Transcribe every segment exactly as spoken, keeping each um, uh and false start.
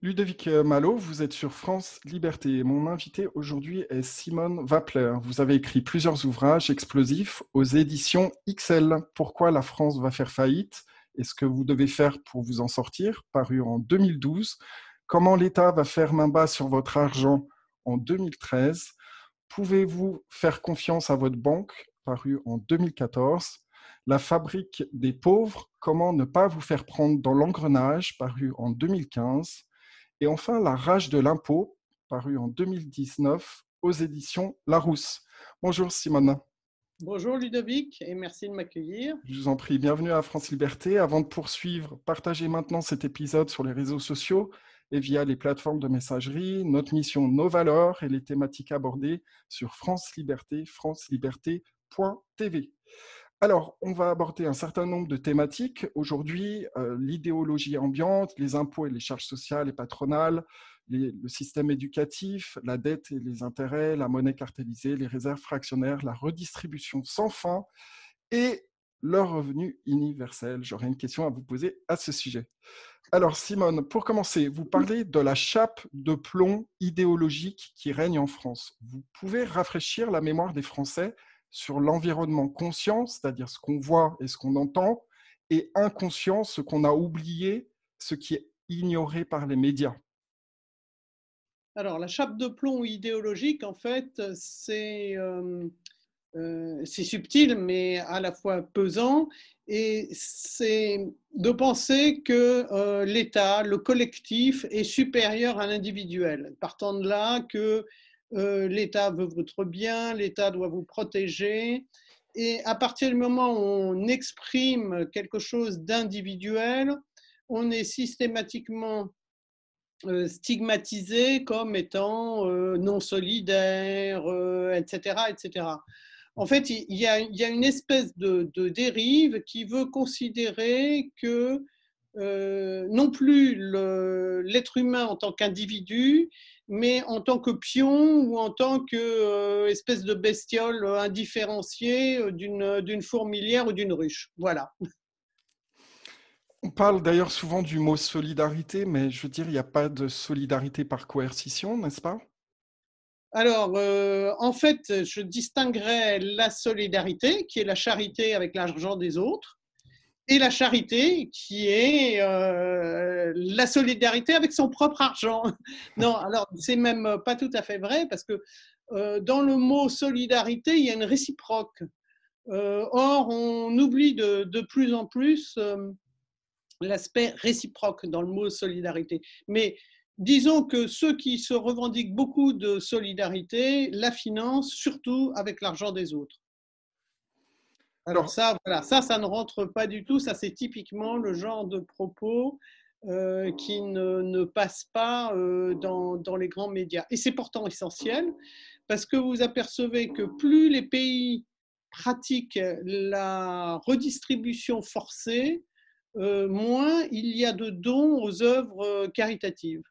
Ludovic Malo, vous êtes sur France Liberté. Mon invité aujourd'hui est Simone Wappler. Vous avez écrit plusieurs ouvrages explosifs aux éditions X L. Pourquoi la France va faire faillite et ce que vous devez faire pour vous en sortir, paru en deux mille douze. Comment l'État va faire main basse sur votre argent en deux mille treize. Pouvez-vous faire confiance à votre banque, paru en deux mille quatorze. La fabrique des pauvres, comment ne pas vous faire prendre dans l'engrenage, paru en deux mille quinze. Et enfin, La rage de l'impôt, paru en deux mille dix-neuf aux éditions Larousse. Bonjour Simone. Bonjour Ludovic et merci de m'accueillir. Je vous en prie, bienvenue à France Liberté. Avant de poursuivre, partagez maintenant cet épisode sur les réseaux sociaux et via les plateformes de messagerie. Notre mission, nos valeurs et les thématiques abordées sur France Liberté, franceliberté point t v. Alors, on va aborder un certain nombre de thématiques. Aujourd'hui, euh, l'idéologie ambiante, les impôts et les charges sociales et patronales, les, le système éducatif, la dette et les intérêts, la monnaie cartélisée, les réserves fractionnaires, la redistribution sans fin et le revenu universel. J'aurais une question à vous poser à ce sujet. Alors, Simone, pour commencer, vous parlez de la chape de plomb idéologique qui règne en France. Vous pouvez rafraîchir la mémoire des Français sur l'environnement conscient, c'est-à-dire ce qu'on voit et ce qu'on entend, et inconscient, ce qu'on a oublié, ce qui est ignoré par les médias. Alors, la chape de plomb idéologique, en fait, c'est euh, euh, c'est subtil, mais à la fois pesant, et c'est de penser que euh, l'État, le collectif, est supérieur à l'individuel. Partant de là que euh, l'État veut votre bien, l'État doit vous protéger, et à partir du moment où on exprime quelque chose d'individuel, on est systématiquement stigmatisé comme étant euh, non solidaire, euh, et cetera, et cetera. En fait, il y a, il y a une espèce de, de dérive qui veut considérer que euh, non plus le, l'être humain en tant qu'individu, mais en tant que pion ou en tant qu'espèce euh, de bestiole indifférenciée d'une, d'une fourmilière ou d'une ruche. Voilà. On parle d'ailleurs souvent du mot solidarité, mais je veux dire, il n'y a pas de solidarité par coercition, n'est-ce pas ? Alors, euh, en fait, je distinguerais la solidarité, qui est la charité avec l'argent des autres, et la charité, qui est euh, la solidarité avec son propre argent. Non, alors, c'est même pas tout à fait vrai, parce que euh, dans le mot solidarité, il y a une réciproque. Euh, or, on oublie de, de plus en plus euh, l'aspect réciproque dans le mot solidarité. Mais disons que ceux qui se revendiquent beaucoup de solidarité la financent surtout avec l'argent des autres. Alors Alors, ça, voilà, ça, ça ne rentre pas du tout. Ça, c'est typiquement le genre de propos euh, qui ne, ne passe pas euh, dans, dans les grands médias. Et c'est pourtant essentiel parce que vous apercevez que plus les pays pratiquent la redistribution forcée, euh, moins il y a de dons aux œuvres caritatives.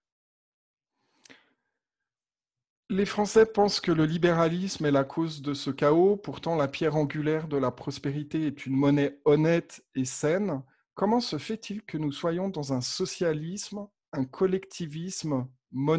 les Français pensent que le libéralisme est la cause de ce chaos. Pourtant, la pierre angulaire de la prospérité est une monnaie honnête et saine. Comment se fait-il que nous soyons dans un socialisme, un collectivisme monétaire ?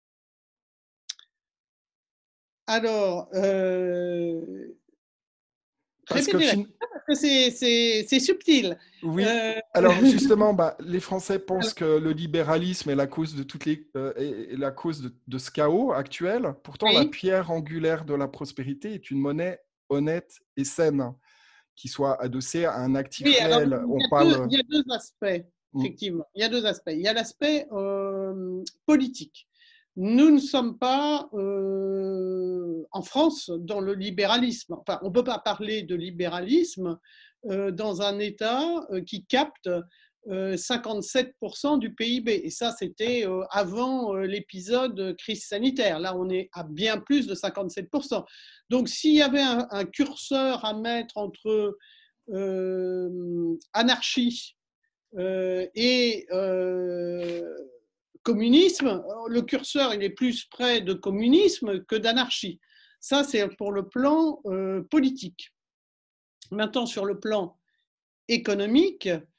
Alors, euh, Parce que répétez la fin... question parce que c'est, c'est, c'est subtil. Oui, Euh, alors justement, bah, les Français pensent que le libéralisme est la cause de toutes les, euh, est la cause de, de ce chaos actuel. Pourtant, la oui. pierre angulaire de la prospérité est une monnaie honnête et saine, qui soit adossée à un actif Oui, alors réel. il On y a deux, parle. il y a deux aspects, Hmm. effectivement. Il y a deux aspects. Il y a l'aspect euh, politique. Nous ne sommes pas euh, en France dans le libéralisme. Enfin, on ne peut pas parler de libéralisme euh, dans un État euh, qui capte euh, cinquante-sept pour cent du P I B. Et ça, c'était euh, avant euh, l'épisode crise sanitaire. Là, on est à bien plus de cinquante-sept pour cent. Donc, s'il y avait un, un curseur à mettre entre euh, anarchie euh, et euh, communisme, le curseur il est plus près de communisme que d'anarchie. Ça, c'est pour le plan euh, politique. Maintenant, sur le plan économique,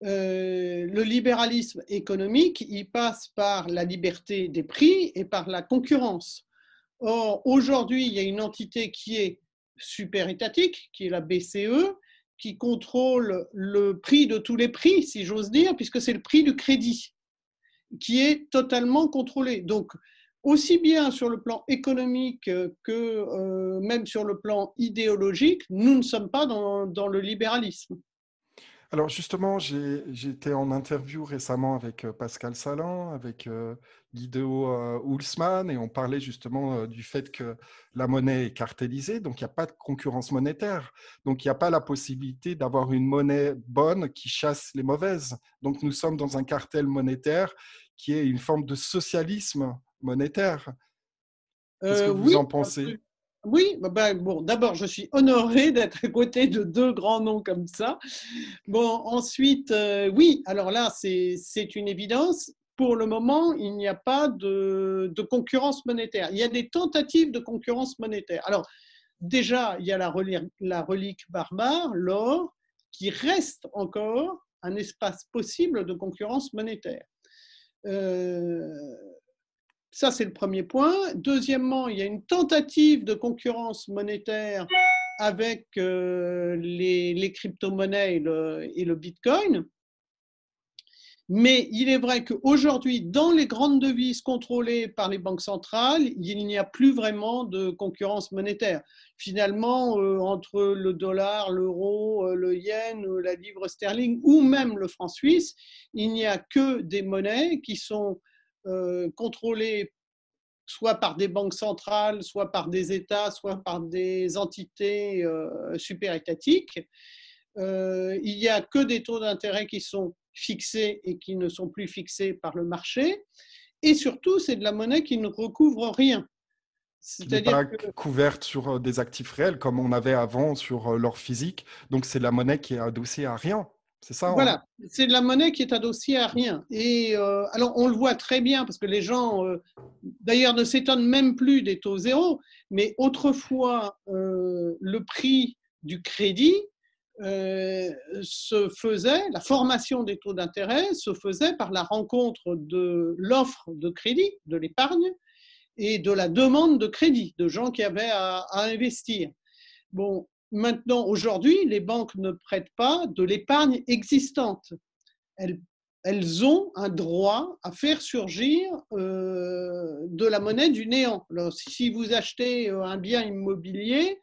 Euh, le libéralisme économique, il passe par la liberté des prix et par la concurrence. Or, aujourd'hui, il y a une entité qui est super-étatique, qui est la B C E, qui contrôle le prix de tous les prix, si j'ose dire, puisque c'est le prix du crédit, qui est totalement contrôlé. Donc, aussi bien sur le plan économique que euh, même sur le plan idéologique, nous ne sommes pas dans, dans le libéralisme. Alors justement, j'ai j'ai été en interview récemment avec euh, Pascal Salan, avec euh, Guido euh, Hulsmann, et on parlait justement euh, du fait que la monnaie est cartellisée, donc il n'y a pas de concurrence monétaire. Donc il n'y a pas la possibilité d'avoir une monnaie bonne qui chasse les mauvaises. Donc nous sommes dans un cartel monétaire qui est une forme de socialisme monétaire. Qu'est-ce que Euh, vous oui, en pensez? oui, ben, bon, d'abord, je suis honorée d'être à côté de deux grands noms comme ça. Bon, ensuite, euh, oui, alors là, c'est une évidence. Pour le moment, il n'y a pas de, de concurrence monétaire. Il y a des tentatives de concurrence monétaire. Alors, déjà, il y a la, la relique barbare, l'or, qui reste encore un espace possible de concurrence monétaire. Euh, Ça, c'est le premier point. Deuxièmement, il y a une tentative de concurrence monétaire avec euh, les, les crypto-monnaies et le, et le Bitcoin. Mais il est vrai qu'aujourd'hui, dans les grandes devises contrôlées par les banques centrales, il n'y a plus vraiment de concurrence monétaire. Finalement, euh, entre le dollar, l'euro, euh, le yen, euh, la livre sterling ou même le franc suisse, il n'y a que des monnaies qui sont euh, contrôlées soit par des banques centrales, soit par des États, soit par des entités euh, super-étatiques. Euh, il n'y a que des taux d'intérêt qui sont fixés et qui ne sont plus fixés par le marché. Et surtout, c'est de la monnaie qui ne recouvre rien. Qui n'est C'est-à-dire pas que couverte sur euh, des actifs réels comme on avait avant sur euh, l'or physique. Donc c'est la monnaie qui est adossée à rien. C'est ça, hein? voilà, c'est de la monnaie qui est adossée à rien. Et euh, alors, on le voit très bien parce que les gens, euh, d'ailleurs, ne s'étonnent même plus des taux zéro, mais autrefois, euh, le prix du crédit euh, se faisait, la formation des taux d'intérêt se faisait par la rencontre de l'offre de crédit, de l'épargne, et de la demande de crédit, de gens qui avaient à, à investir. Bon, maintenant, aujourd'hui, les banques ne prêtent pas de l'épargne existante. Elles, elles ont un droit à faire surgir euh, de la monnaie du néant. Alors, si vous achetez un bien immobilier,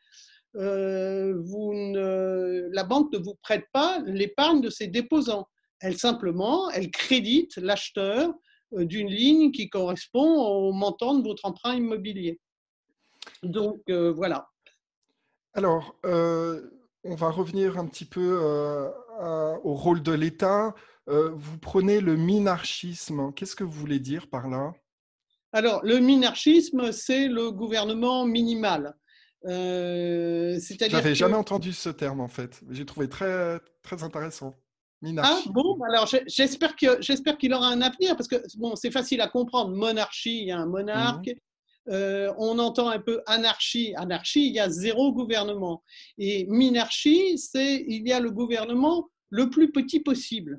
euh, vous ne, la banque ne vous prête pas l'épargne de ses déposants. Elle simplement, elle crédite l'acheteur d'une ligne qui correspond au montant de votre emprunt immobilier. Donc, euh, voilà. Alors, euh, on va revenir un petit peu euh, à- au rôle de l'État. Euh, vous prenez le minarchisme. Qu'est-ce que vous voulez dire par là? Alors, le minarchisme, c'est le gouvernement minimal. Euh, C'est-à-dire J'avais que… jamais entendu ce terme en fait. J'ai trouvé très, très intéressant. Ah Minarchisme. bon, alors j'espère qu'il j'espère qu'il aura un avenir, parce que bon, c'est facile à comprendre. Monarchie, il y a un Mhm. monarque. Euh, on entend un peu anarchie. Anarchie, il y a zéro gouvernement. Et minarchie, c'est il y a le gouvernement le plus petit possible.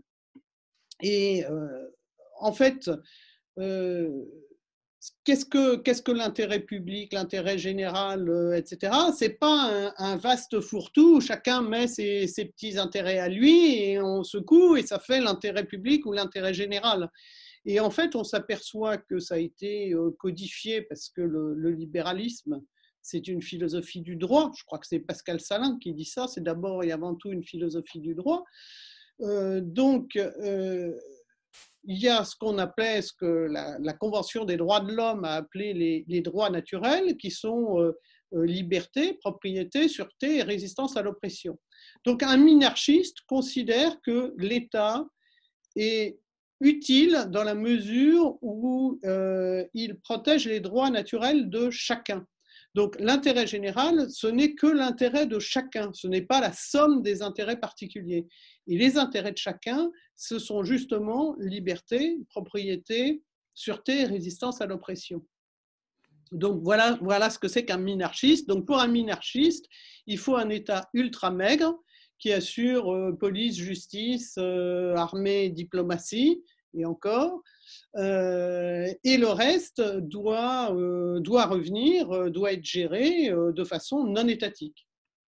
Et euh, en fait, euh, qu'est-ce que, qu'est-ce que l'intérêt public, l'intérêt général, euh, et cetera. C'est pas un, un vaste fourre-tout où chacun met ses, ses petits intérêts à lui et on secoue et ça fait l'intérêt public ou l'intérêt général. Et en fait, on s'aperçoit que ça a été euh, codifié parce que le, le libéralisme, c'est une philosophie du droit. Je crois que c'est Pascal Salin qui dit ça. C'est d'abord et avant tout une philosophie du droit. Euh, donc, euh, il y a ce qu'on appelait, ce que la, la Convention des droits de l'homme a appelé les, les droits naturels, qui sont euh, euh, liberté, propriété, sûreté et résistance à l'oppression. Donc un minarchiste considère que l'État est utile dans la mesure où euh, il protège les droits naturels de chacun. Donc l'intérêt général, ce n'est que l'intérêt de chacun, ce n'est pas la somme des intérêts particuliers. Et les intérêts de chacun, ce sont justement liberté, propriété, sûreté et résistance à l'oppression. Donc voilà, voilà ce que c'est qu'un minarchiste. Donc pour un minarchiste, il faut un État ultra maigre qui assure euh, police, justice, euh, armée, diplomatie, et encore. Euh, et le reste doit, euh, doit revenir, euh, doit être géré euh, de façon non étatique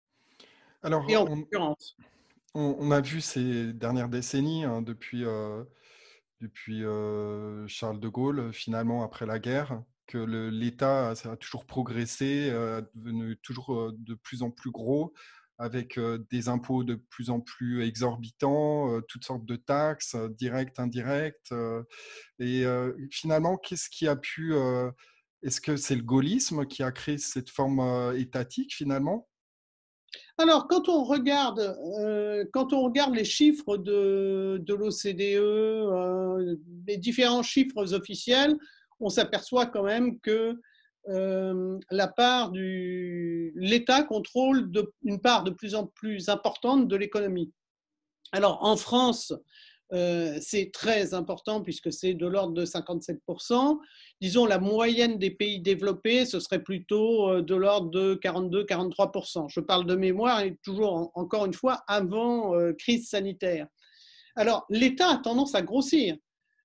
et Alors, en on, concurrence. on- on a vu ces dernières décennies, hein, depuis, euh, depuis euh, Charles de Gaulle, finalement, après la guerre, que le- l'État ça a toujours progressé, euh, devenu toujours euh, de plus en plus gros, avec euh, des impôts de plus en plus exorbitants, euh, toutes sortes de taxes, euh, directes, indirectes. euh, et euh, finalement, qu'est-ce qui a pu... euh, est-ce que c'est le gaullisme qui a créé cette forme euh, étatique, finalement? Alors, quand on regarde, euh, quand on regarde les chiffres de, de l'O C D E, euh, les différents chiffres officiels, on s'aperçoit quand même que euh, la part du, l'État contrôle de, une part de plus en plus importante de l'économie. Alors, en France, euh, c'est très important puisque c'est de l'ordre de cinquante-sept pour cent. Disons, la moyenne des pays développés, ce serait plutôt euh, de l'ordre de quarante-deux à quarante-trois pour cent. Je parle de mémoire et toujours, encore une fois, avant euh, crise sanitaire. Alors, l'État a tendance à grossir.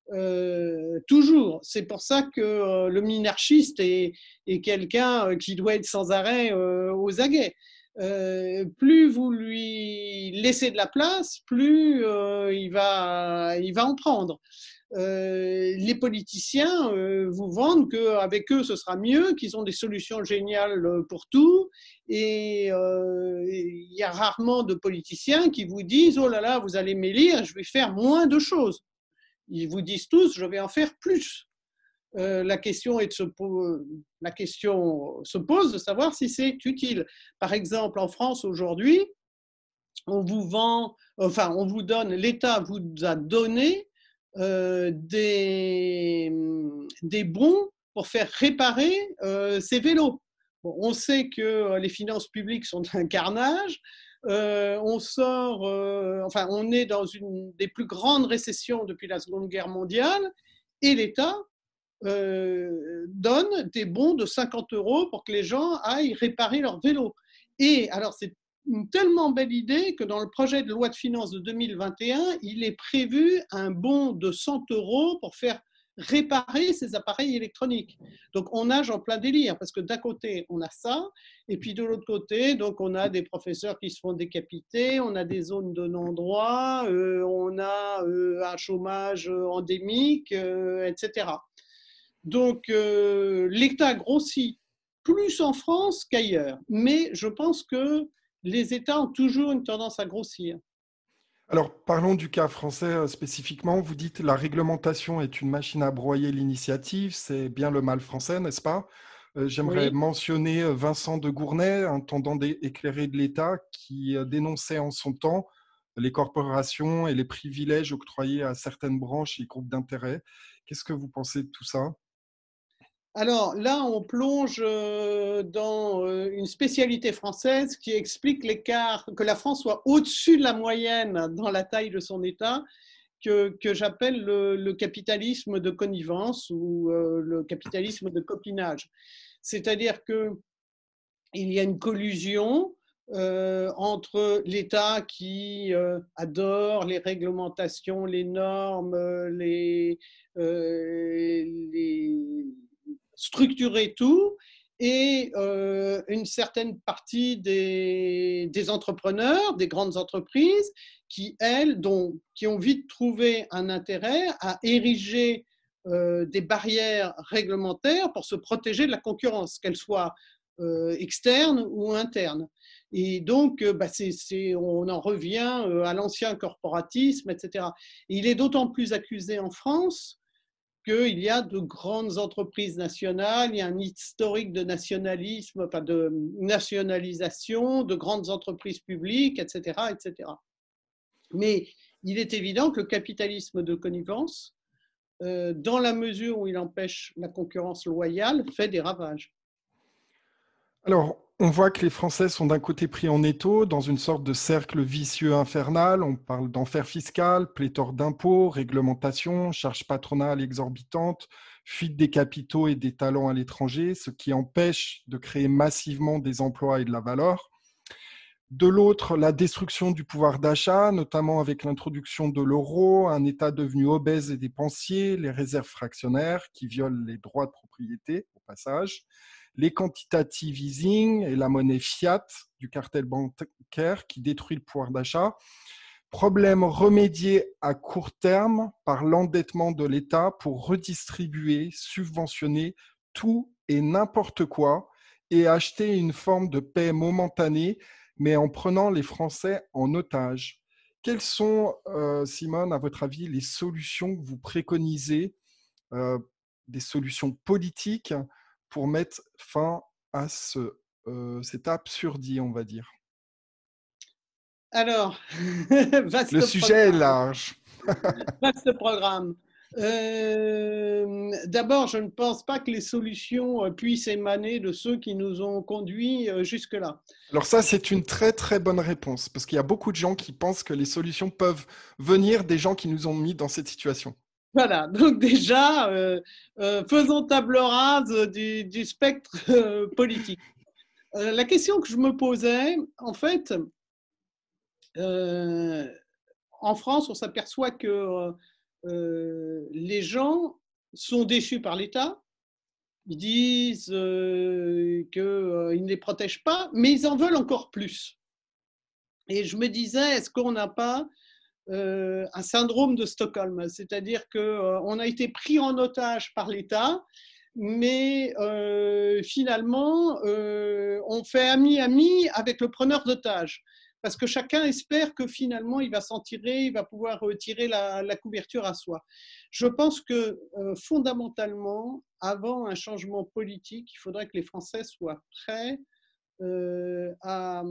Euh, toujours. C'est pour ça que euh, le minarchiste est, est quelqu'un qui doit être sans arrêt euh, aux aguets. Euh, plus vous lui laissez de la place, plus euh, il, va, il va en prendre. Euh, les politiciens euh, vous vendent qu'avec eux ce sera mieux, qu'ils ont des solutions géniales pour tout, et euh, il y a rarement de politiciens qui vous disent oh là là, vous allez m'élire, je vais faire moins de choses. Ils vous disent tous je vais en faire plus. Euh, la, question est de se, la question se pose de savoir si c'est utile. Par exemple, en France aujourd'hui, on vous vend, enfin, on vous donne, l'État vous a donné euh, des, des bons pour faire réparer euh, ces vélos. Bon, on sait que les finances publiques sont un carnage. Euh, on sort, euh, enfin, on est dans une des plus grandes récessions depuis la Seconde Guerre mondiale, et l'État euh, donne des bons de cinquante euros pour que les gens aillent réparer leur vélo. Et alors, c'est une tellement belle idée que dans le projet de loi de finances de deux mille vingt et un, il est prévu un bon de cent euros pour faire réparer ces appareils électroniques. Donc, on nage en plein délire parce que d'un côté, on a ça, et puis de l'autre côté, donc on a des professeurs qui se font décapiter, on a des zones de non-droit, euh, on a euh, un chômage endémique, euh, et cetera. Donc, euh, l'État grossit plus en France qu'ailleurs, mais je pense que les États ont toujours une tendance à grossir. Alors, parlons du cas français euh, spécifiquement. Vous dites la réglementation est une machine à broyer l'initiative. C'est bien le mal français, n'est-ce pas? Euh, J'aimerais Oui. mentionner euh, Vincent de Gournay, intendant éclairé de l'État, qui euh, dénonçait en son temps les corporations et les privilèges octroyés à certaines branches et groupes d'intérêt. Qu'est-ce que vous pensez de tout ça? Alors là, on plonge euh, dans euh, une spécialité française qui explique l'écart, que la France soit au-dessus de la moyenne dans la taille de son État, que, que j'appelle le, le capitalisme de connivence ou euh, le capitalisme de copinage. C'est-à-dire que il y a une collusion euh, entre l'État qui euh, adore les réglementations, les normes, les, euh, les structurer tout, et euh, une certaine partie des, des, entrepreneurs, des grandes entreprises, qui, elles, dont, qui ont vite trouvé un intérêt à ériger euh, des barrières réglementaires pour se protéger de la concurrence, qu'elle soit euh, externe ou interne. Et donc, bah, c'est, c'est, on en revient à l'ancien corporatisme, et cetera. Et il est d'autant plus accusé en France qu'il y a de grandes entreprises nationales, il y a un historique de nationalisme, enfin de nationalisation, de grandes entreprises publiques, et cetera, et cetera. Mais il est évident que le capitalisme de connivence, euh, dans la mesure où il empêche la concurrence loyale, fait des ravages. Alors, on voit que les Français sont d'un côté pris en étau, dans une sorte de cercle vicieux infernal. On parle d'enfer fiscal, pléthore d'impôts, réglementation, charges patronales exorbitantes, fuite des capitaux et des talents à l'étranger, ce qui empêche de créer massivement des emplois et de la valeur. De l'autre, la destruction du pouvoir d'achat, notamment avec l'introduction de l'euro, un État devenu obèse et dépensier, les réserves fractionnaires qui violent les droits de propriété, au passage, les quantitative easing et la monnaie fiat du cartel bancaire qui détruit le pouvoir d'achat. Problème remédié à court terme par l'endettement de l'État pour redistribuer, subventionner tout et n'importe quoi et acheter une forme de paix momentanée, mais en prenant les Français en otage. Quelles sont, euh, Simone, à votre avis, les solutions que vous préconisez, euh, des solutions politiques pour mettre fin à ce, euh, cette absurdie, on va dire? Alors, Le vaste sujet est programme. large. Vaste programme. Euh, D'abord, je ne pense pas que les solutions puissent émaner de ceux qui nous ont conduits jusque-là. Alors ça, c'est une très très bonne réponse, parce qu'il y a beaucoup de gens qui pensent que les solutions peuvent venir des gens qui nous ont mis dans cette situation. Voilà, donc déjà, euh, euh, faisons table rase du, du spectre euh, politique. Euh, la question que je me posais, en fait, euh, en France, on s'aperçoit que euh, les gens sont déçus par l'État. Ils disent euh, qu'ils euh, ne les protègent pas, mais ils en veulent encore plus. Et je me disais, est-ce qu'on n'a pas euh, un syndrome de Stockholm? C'est-à-dire qu'on euh, a été pris en otage par l'État, mais euh, finalement, euh, on fait ami-ami avec le preneur d'otage. Parce que chacun espère que finalement, il va s'en tirer, il va pouvoir tirer la, la couverture à soi. Je pense que euh, fondamentalement, avant un changement politique, il faudrait que les Français soient prêts euh, à,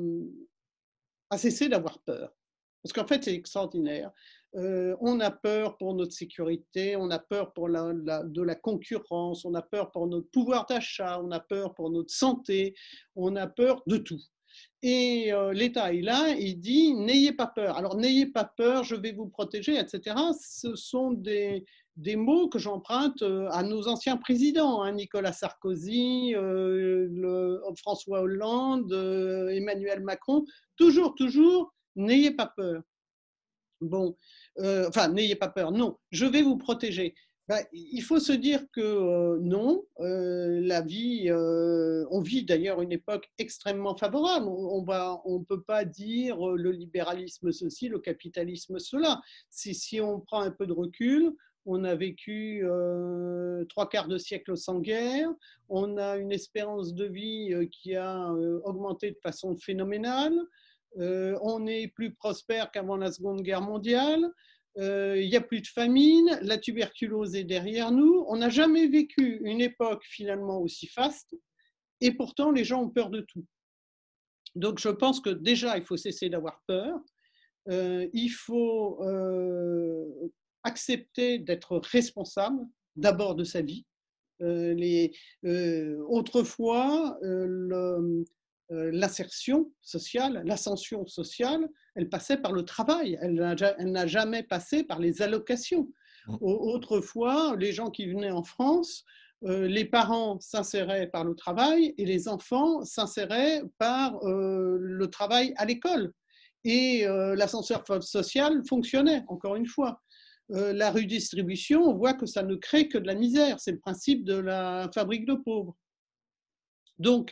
à cesser d'avoir peur. Parce qu'en fait, c'est extraordinaire. Euh, on a peur pour notre sécurité, on a peur pour la, la, de la concurrence, on a peur pour notre pouvoir d'achat, on a peur pour notre santé, on a peur de tout. Et euh, l'État est là, il dit n'ayez pas peur. Alors n'ayez pas peur, je vais vous protéger, et cetera. Ce sont des, des mots que j'emprunte à nos anciens présidents, hein, Nicolas Sarkozy, euh, le, François Hollande, euh, Emmanuel Macron. Toujours, toujours, n'ayez pas peur. Bon, euh, enfin, n'ayez pas peur. Non, je vais vous protéger. Ben, il faut se dire que euh, non, euh, la vie, euh, on vit d'ailleurs une époque extrêmement favorable. On ne on peut pas dire euh, le libéralisme ceci, le capitalisme cela. Si, si on prend un peu de recul, on a vécu euh, trois quarts de siècle sans guerre, on a une espérance de vie euh, qui a euh, augmenté de façon phénoménale. Euh, on est plus prospère qu'avant la Seconde Guerre mondiale, euh, il n'y a plus de famine, la tuberculose est derrière nous, on n'a jamais vécu une époque finalement aussi faste, et pourtant les gens ont peur de tout. Donc je pense que déjà il faut cesser d'avoir peur, euh, il faut euh, accepter d'être responsable d'abord de sa vie. Euh, les, euh, autrefois, euh, le, euh, l'insertion sociale, l'ascension sociale, elle passait par le travail, elle n'a, elle n'a jamais passé par les allocations. Autrefois, les gens qui venaient en France, euh, les parents s'inséraient par le travail et les enfants s'inséraient par euh, le travail à l'école. Et euh, l'ascenseur social fonctionnait, encore une fois. Euh, la redistribution, on voit que ça ne crée que de la misère. C'est le principe de la fabrique de pauvres. Donc,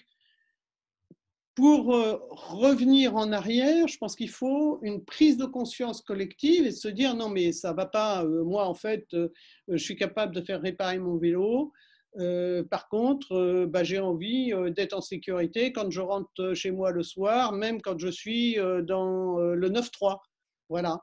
pour euh, revenir en arrière, je pense qu'il faut une prise de conscience collective et se dire non mais ça va pas, euh, moi en fait euh, je suis capable de faire réparer mon vélo, euh, par contre euh, bah, j'ai envie euh, d'être en sécurité quand je rentre chez moi le soir, même quand je suis euh, dans euh, le neuf trois. Voilà.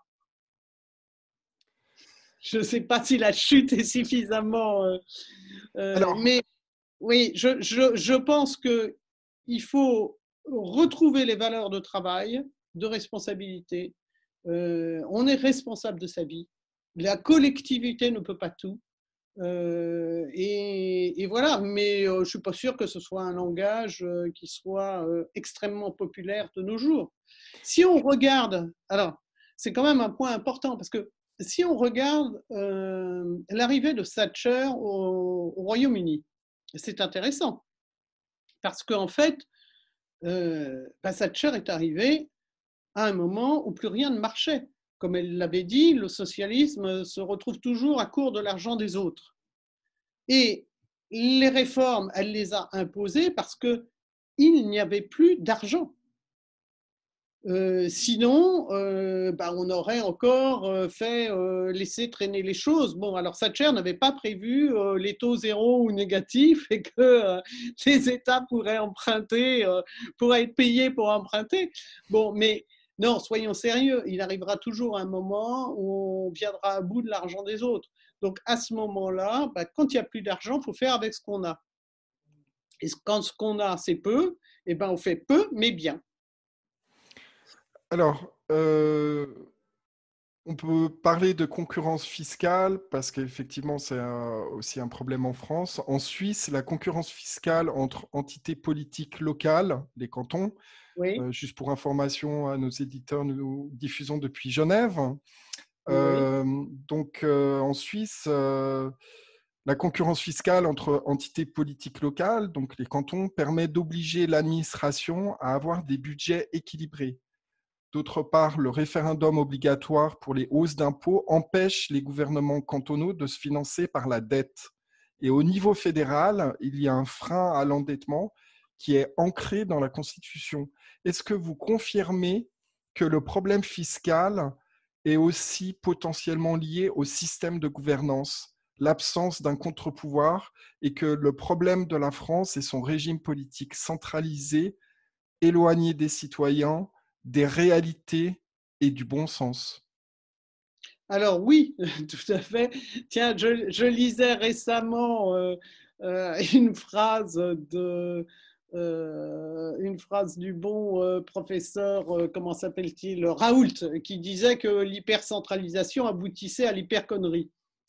Je ne sais pas si la chute est suffisamment... Euh, euh, Alors, mais oui, je, je, je pense qu'il faut retrouver les valeurs de travail, de responsabilité. Euh, on est responsable de sa vie. La collectivité ne peut pas tout. Euh, et, et, voilà, mais euh, je ne suis pas sûr que ce soit un langage euh, qui soit euh, extrêmement populaire de nos jours. Si on regarde, alors c'est quand même un point important parce que si on regarde euh, l'arrivée de Thatcher au, au Royaume-Uni, c'est intéressant parce qu'en fait, euh, bah, Thatcher est arrivée à un moment où plus rien ne marchait. Comme elle l'avait dit, le socialisme se retrouve toujours à court de l'argent des autres. Et les réformes, elle les a imposées parce qu'il n'y avait plus d'argent. Euh, sinon, euh, bah, on aurait encore euh, fait euh, laisser traîner les choses. Bon, alors Thatcher n'avait pas prévu euh, les taux zéro ou négatifs et que euh, les États pourraient emprunter, euh, pourraient être payés pour emprunter. Bon, mais non, soyons sérieux, il arrivera toujours un moment où on viendra à bout de l'argent des autres. Donc à ce moment-là, bah, quand il n'y a plus d'argent, il faut faire avec ce qu'on a. Et quand ce qu'on a, c'est peu, eh ben, on fait peu, mais bien. Alors, euh, on peut parler de concurrence fiscale parce qu'effectivement, c'est un- aussi un problème en France. En Suisse, la concurrence fiscale entre entités politiques locales, les cantons, Oui, euh, juste pour information à nos éditeurs, nous diffusons depuis Genève. oui. Euh, donc, euh, en Suisse, euh, la concurrence fiscale entre entités politiques locales, donc les cantons, permet d'obliger l'administration à avoir des budgets équilibrés. D'autre part, le référendum obligatoire pour les hausses d'impôts empêche les gouvernements cantonaux de se financer par la dette. Et au niveau fédéral, il y a un frein à l'endettement qui est ancré dans la Constitution. Est-ce que vous confirmez que le problème fiscal est aussi potentiellement lié au système de gouvernance, l'absence d'un contre-pouvoir, et que le problème de la France est son régime politique centralisé, éloigné des citoyens, des réalités et du bon sens? Alors oui, tout à fait. Tiens, je, je lisais récemment euh, euh, une phrase de euh, une phrase du bon euh, professeur, euh, comment s'appelle-t-il, Raoult, qui disait que l'hypercentralisation aboutissait à l'hyperconnerie.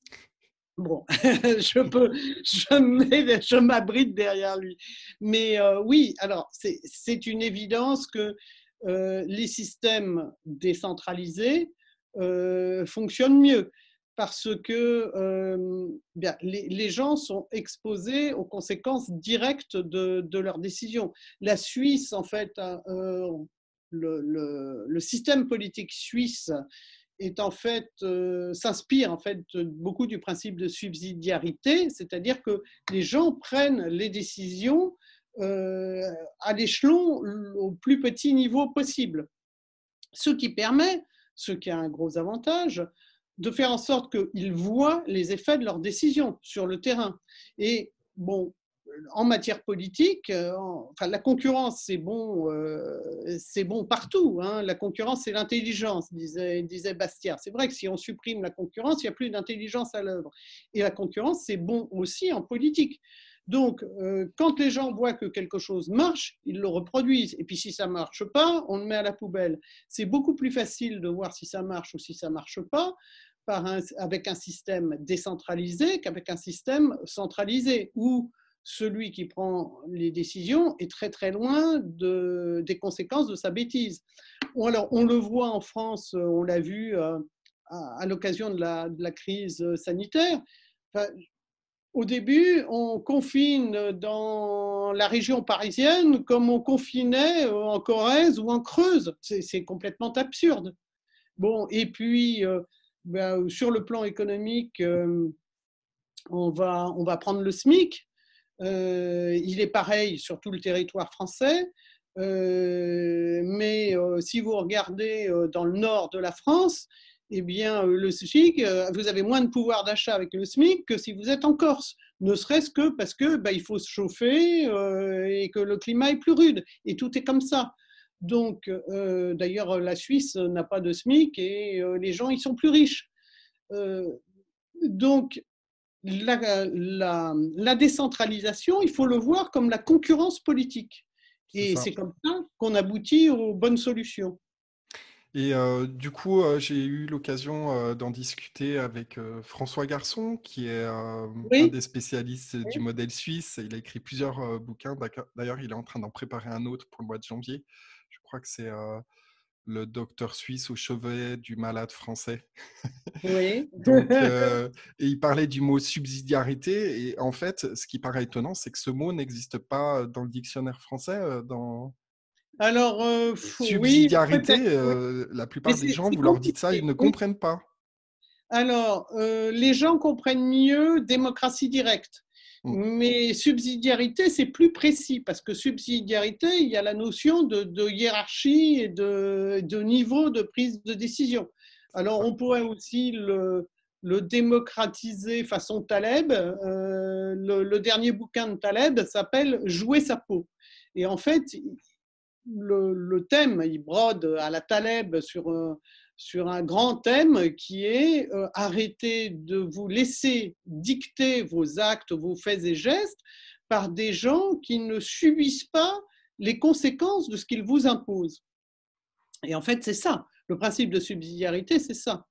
Bon, je peux, je mets- je m'abrite derrière lui. Mais euh, oui, alors c'est c'est une évidence que euh, les systèmes décentralisés euh, fonctionnent mieux parce que euh, bien, les, les gens sont exposés aux conséquences directes de, de leurs décisions. La Suisse, en fait, euh, le, le, le système politique suisse est en fait, euh, s'inspire en fait beaucoup du principe de subsidiarité, c'est-à-dire que les gens prennent les décisions euh, à l'échelon au plus petit niveau possible. Ce qui permet, ce qui a un gros avantage, de faire en sorte qu'ils voient les effets de leurs décisions sur le terrain. Et bon, en matière politique, euh, enfin, la concurrence, c'est bon, euh, c'est bon partout. Hein. La concurrence, c'est l'intelligence, disait, disait Bastiat. C'est vrai que si on supprime la concurrence, il n'y a plus d'intelligence à l'œuvre. Et la concurrence, c'est bon aussi en politique. Donc, euh, quand les gens voient que quelque chose marche, ils le reproduisent. Et puis, si ça ne marche pas, on le met à la poubelle. C'est beaucoup plus facile de voir si ça marche ou si ça ne marche pas par un, avec un système décentralisé qu'avec un système centralisé, où celui qui prend les décisions est très très loin de, des conséquences de sa bêtise. Alors, on le voit en France, on l'a vu euh, à, à l'occasion de la, de la crise sanitaire. Enfin, au début, on confine dans la région parisienne comme on confinait en Corrèze ou en Creuse. C'est complètement absurde. Bon, et puis, euh, ben, sur le plan économique, euh, on, va, on va prendre le SMIC. Euh, il est pareil sur tout le territoire français. Euh, mais euh, si vous regardez euh, dans le nord de la France, eh bien, euh, le SMIC, euh, vous avez moins de pouvoir d'achat avec le SMIC que si vous êtes en Corse. Ne serait-ce que parce que bah, il faut se chauffer euh, et que le climat est plus rude. Et tout est comme ça. Donc, euh, d'ailleurs, la Suisse n'a pas de SMIC et euh, les gens, ils sont plus riches. Euh, donc, la, la, la décentralisation, il faut le voir comme la concurrence politique. C'est Et ça. c'est comme ça qu'on aboutit aux bonnes solutions. Et euh, du coup, euh, j'ai eu l'occasion euh, d'en discuter avec euh, François Garçon, qui est euh, un Oui, des spécialistes du modèle suisse. Il a écrit plusieurs euh, bouquins. D'ailleurs, il est en train d'en préparer un autre pour le mois de janvier. Je crois que c'est euh, le docteur suisse au chevet du malade français. oui. Donc, euh, et il parlait du mot subsidiarité. Et en fait, ce qui paraît étonnant, c'est que ce mot n'existe pas dans le dictionnaire français. euh, Dans... Alors, euh, oui, Subsidiarité, peut-être, oui. euh, la Mais plupart des c'est gens, c'est vous leur dites ça, ils compliqué. ne Oui. comprennent pas. Alors, euh, les gens comprennent mieux démocratie directe. Mm. Mais subsidiarité, c'est plus précis, parce que subsidiarité, il y a la notion de, de hiérarchie et de, de niveau de prise de décision. Alors, Ça. on pourrait aussi le, le démocratiser façon Taleb. Euh, le, le dernier bouquin de Taleb s'appelle Jouer sa peau. Et en fait, le, le thème, il brode à la Taleb sur, euh, sur un grand thème qui est euh, arrêter de vous laisser dicter vos actes, vos faits et gestes par des gens qui ne subissent pas les conséquences de ce qu'ils vous imposent. Et en fait, c'est ça. Le principe de subsidiarité, c'est ça.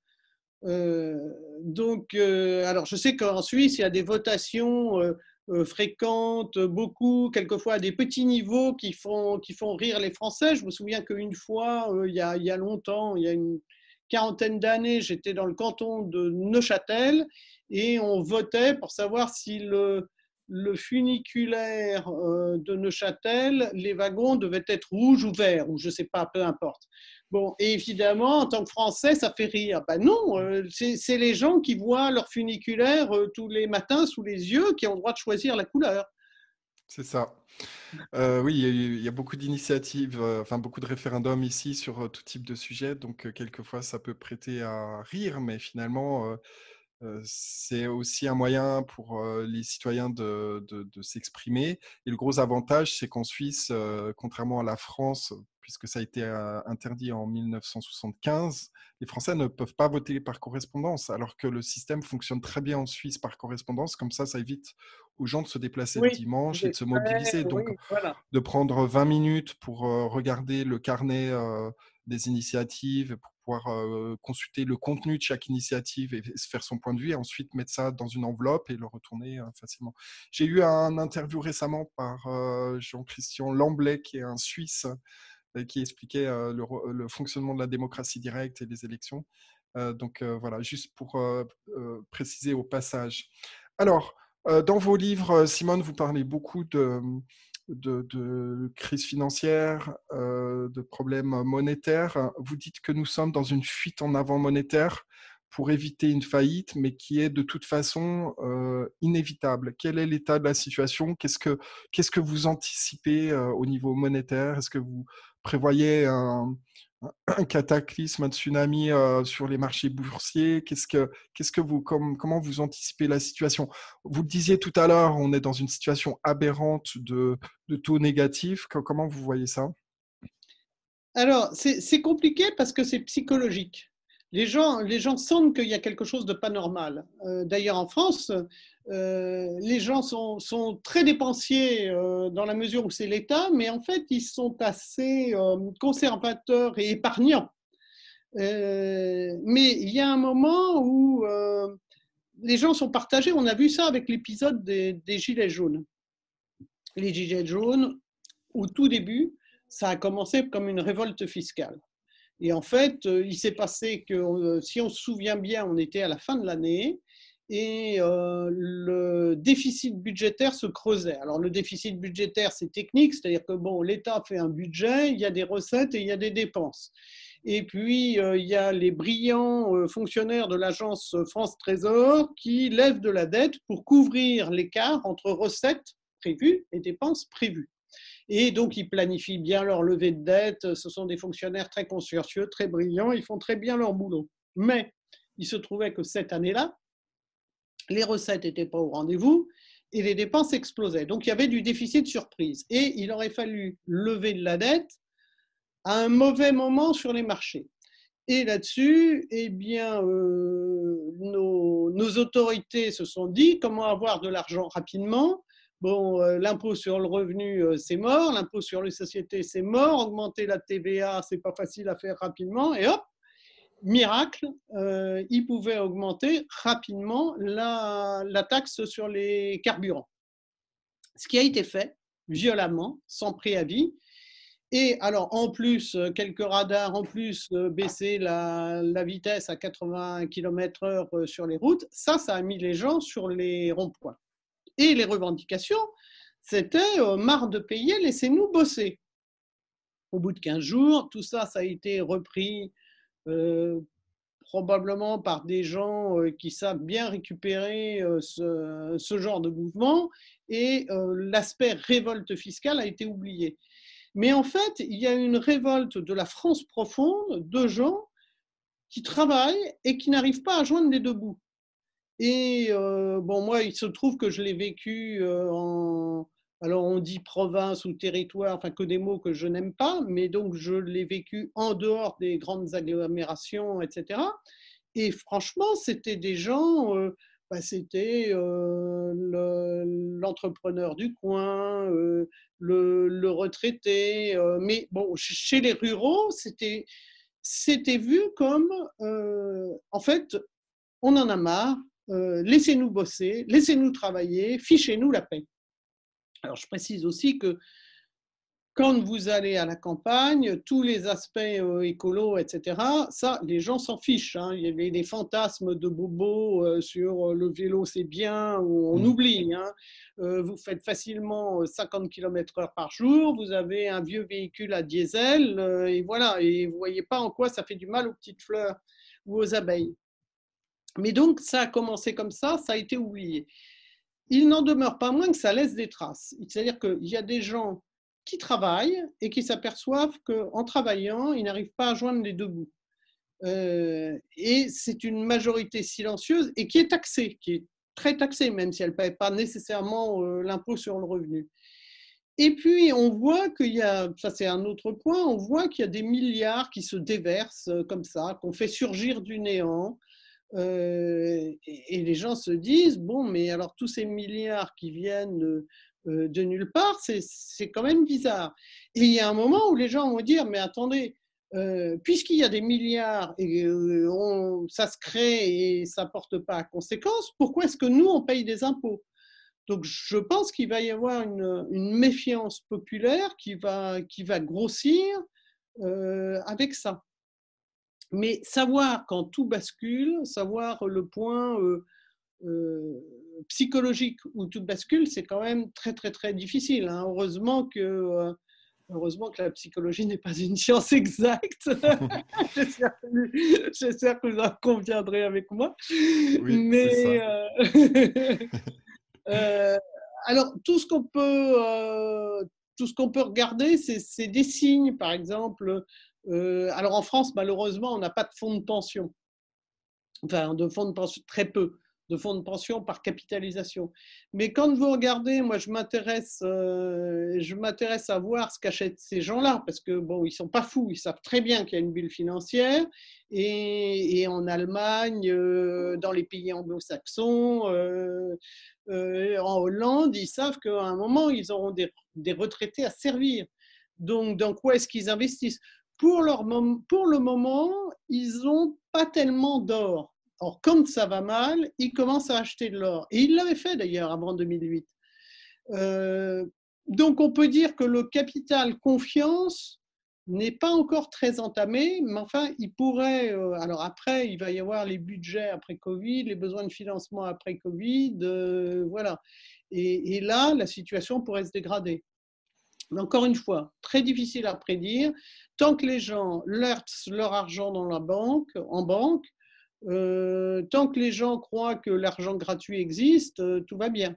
Euh, donc, euh, alors je sais qu'en Suisse, il y a des votations euh, euh, fréquentes, beaucoup, quelquefois à des petits niveaux qui font, qui font rire les Français. Je me souviens qu'une fois, euh, il, y a, il y a longtemps, il y a une quarantaine d'années, j'étais dans le canton de Neuchâtel et on votait pour savoir si le, le funiculaire euh, de Neuchâtel, les wagons devaient être rouges ou verts, ou je ne sais pas, peu importe. Bon, et évidemment, en tant que Français, ça fait rire. Ben non, euh, c'est les gens qui voient leur funiculaire euh, tous les matins sous les yeux qui ont le droit de choisir la couleur. C'est ça. Euh, oui, il y a, eu- il y a beaucoup d'initiatives, euh, enfin beaucoup de référendums ici sur euh, tout type de sujet, donc euh, quelquefois ça peut prêter à rire, mais finalement euh, euh, c'est aussi un moyen pour euh, les citoyens de, de- de s'exprimer. Et le gros avantage, c'est qu'en Suisse, euh, contrairement à la France, puisque ça a été euh, interdit en mille neuf cent soixante-quinze, les Français ne peuvent pas voter par correspondance, alors que le système fonctionne très bien en Suisse par correspondance. Comme ça, ça évite aux gens de se déplacer le Oui, dimanche et des de se frais, mobiliser. Donc, oui, voilà. de prendre vingt minutes pour euh, regarder le carnet euh, des initiatives, pour pouvoir euh, consulter le contenu de chaque initiative et, et se faire son point de vue, et ensuite mettre ça dans une enveloppe et le retourner euh, facilement. J'ai eu un interview récemment par euh, Jean-Christian Lamblay, qui est un Suisse, euh, qui expliquait euh, le, le, fonctionnement de la démocratie directe et des élections. Euh, donc euh, voilà, juste pour euh, euh, préciser au passage. Alors, euh, dans vos livres, Simone, vous parlez beaucoup de, de, de crise financière, euh, de problèmes monétaires. Vous dites que nous sommes dans une fuite en avant monétaire pour éviter une faillite, mais qui est de toute façon euh, inévitable. Quel est l'état de la situation? Qu'est-ce que, qu'est-ce que vous anticipez euh, au niveau monétaire? Est-ce que vous prévoyez un, un cataclysme, un tsunami euh, sur les marchés boursiers? Qu'est-ce que, qu'est-ce que vous, comme, comment vous anticipez la situation? Vous le disiez tout à l'heure, on est dans une situation aberrante de, de taux négatifs. Comment vous voyez ça? Alors, c'est compliqué parce que c'est psychologique. Les gens, les gens sentent qu'il y a quelque chose de pas normal. Euh, D'ailleurs, en France, euh, les gens sont, sont très dépensiers euh, dans la mesure où c'est l'État, mais en fait, ils sont assez euh, conservateurs et épargnants. Euh, mais il y a un moment où euh, les gens sont partagés. On a vu ça avec l'épisode des, des Gilets jaunes. Les Gilets jaunes, au tout début, ça a commencé comme une révolte fiscale. Et en fait, euh, il s'est passé que, euh, si on se souvient bien, on était à la fin de l'année et euh, le déficit budgétaire se creusait. Alors le déficit budgétaire, c'est technique, c'est-à-dire que bon, l'État fait un budget, il y a des recettes et il y a des dépenses. Et puis, euh, il y a les brillants euh, fonctionnaires de l'agence France Trésor qui lèvent de la dette pour couvrir l'écart entre recettes prévues et dépenses prévues. Et donc, ils planifient bien leur levée de dette. Ce sont des fonctionnaires très consciencieux, très brillants. Ils font très bien leur boulot. Mais il se trouvait que cette année-là, les recettes n'étaient pas au rendez-vous et les dépenses explosaient. Donc, il y avait du déficit surprise. Et il aurait fallu lever de la dette à un mauvais moment sur les marchés. Et là-dessus, eh bien, euh, nos, nos autorités se sont dit comment avoir de l'argent rapidement. Bon, euh, l'impôt sur le revenu, euh, c'est mort. L'impôt sur les sociétés, c'est mort. Augmenter la T V A, c'est pas facile à faire rapidement. Et hop, miracle, euh, ils pouvaient augmenter rapidement la, la taxe sur les carburants. Ce qui a été fait violemment, sans préavis. Et alors, en plus, quelques radars, en plus, baisser la, la vitesse à quatre-vingts kilomètres heure sur les routes, ça, ça a mis les gens sur les ronds-points. Et les revendications, c'était euh, marre de payer, laissez-nous bosser. au bout de quinze jours. Tout ça, ça a été repris euh, probablement par des gens euh, qui savent bien récupérer euh, ce, ce genre de mouvement, et euh, l'aspect révolte fiscale a été oublié. Mais en fait, il y a une révolte de la France profonde de gens qui travaillent et qui n'arrivent pas à joindre les deux bouts. Et euh, bon, moi, il se trouve que je l'ai vécu euh, en... Alors, on dit province ou territoire, enfin, que des mots que je n'aime pas, mais donc je l'ai vécu en dehors des grandes agglomérations, et cetera. Et franchement, c'était des gens, euh, bah, c'était euh, le, l'entrepreneur du coin, euh, le, le retraité. Euh, mais bon, chez les ruraux, c'était, c'était vu comme, euh, en fait, on en a marre, euh, laissez-nous bosser, laissez-nous travailler, fichez-nous la paix. Alors, je précise aussi que quand vous allez à la campagne, tous les aspects euh, écolos, et cetera, ça, les gens s'en fichent. Hein. Il y a des fantasmes de bobos euh, sur euh, le vélo, c'est bien, on, on oublie. Hein. Euh, vous faites facilement cinquante kilomètres heure par jour, vous avez un vieux véhicule à diesel, euh, et voilà, et vous ne voyez pas en quoi ça fait du mal aux petites fleurs ou aux abeilles. Mais donc, ça a commencé comme ça, ça a été oublié. Il n'en demeure pas moins que ça laisse des traces. C'est-à-dire qu'il y a des gens qui travaillent et qui s'aperçoivent qu'en travaillant, ils n'arrivent pas à joindre les deux bouts. Euh, et c'est une majorité silencieuse et qui est taxée, qui est très taxée, même si elle ne paie pas nécessairement euh, l'impôt sur le revenu. Et puis, on voit qu'il y a, ça c'est un autre point, on voit qu'il y a des milliards qui se déversent comme ça, qu'on fait surgir du néant. Euh, et, et les gens se disent, bon, mais alors tous ces milliards qui viennent euh, de nulle part, c'est, c'est quand même bizarre. Et il y a un moment où les gens vont dire, mais attendez, euh, puisqu'il y a des milliards et euh, on, ça se crée et ça ne porte pas à conséquence, pourquoi est-ce que nous, on paye des impôts? Donc je pense qu'il va y avoir une, une méfiance populaire qui va, qui va grossir euh, avec ça. Mais savoir quand tout bascule, savoir le point euh, euh, psychologique où tout bascule, c'est quand même très très très difficile. Hein. Heureusement que euh, heureusement que la psychologie n'est pas une science exacte. j'espère, que, j'espère que vous en conviendrez avec moi. Oui, c'est ça. Mais euh, euh, alors tout ce qu'on peut euh, tout ce qu'on peut regarder, c'est, c'est des signes, par exemple. Euh, alors en France, malheureusement, on n'a pas de fonds de pension. Enfin, de fonds de pension, très peu de fonds de pension par capitalisation. Mais quand vous regardez, moi je m'intéresse, euh, je m'intéresse à voir ce qu'achètent ces gens-là, parce que bon, ils sont pas fous, ils savent très bien qu'il y a une bulle financière, et, et en Allemagne, euh, dans les pays anglo-saxons, euh, euh, en Hollande, ils savent qu'à un moment, ils auront des, des retraités à servir. Donc, dans quoi est-ce qu'ils investissent? Pour, leur, pour le moment, ils n'ont pas tellement d'or. Or, quand ça va mal, ils commencent à acheter de l'or. Et ils l'avaient fait d'ailleurs avant deux mille huit. Euh, donc, on peut dire que le capital confiance n'est pas encore très entamé, mais enfin, il pourrait. Euh, alors après, il va y avoir les budgets après Covid, les besoins de financement après Covid, euh, voilà. Et, et là, la situation pourrait se dégrader. Mais encore une fois, très difficile à prédire. Tant que les gens versent leur argent dans la banque, en banque, euh, tant que les gens croient que l'argent gratuit existe, euh, tout va bien.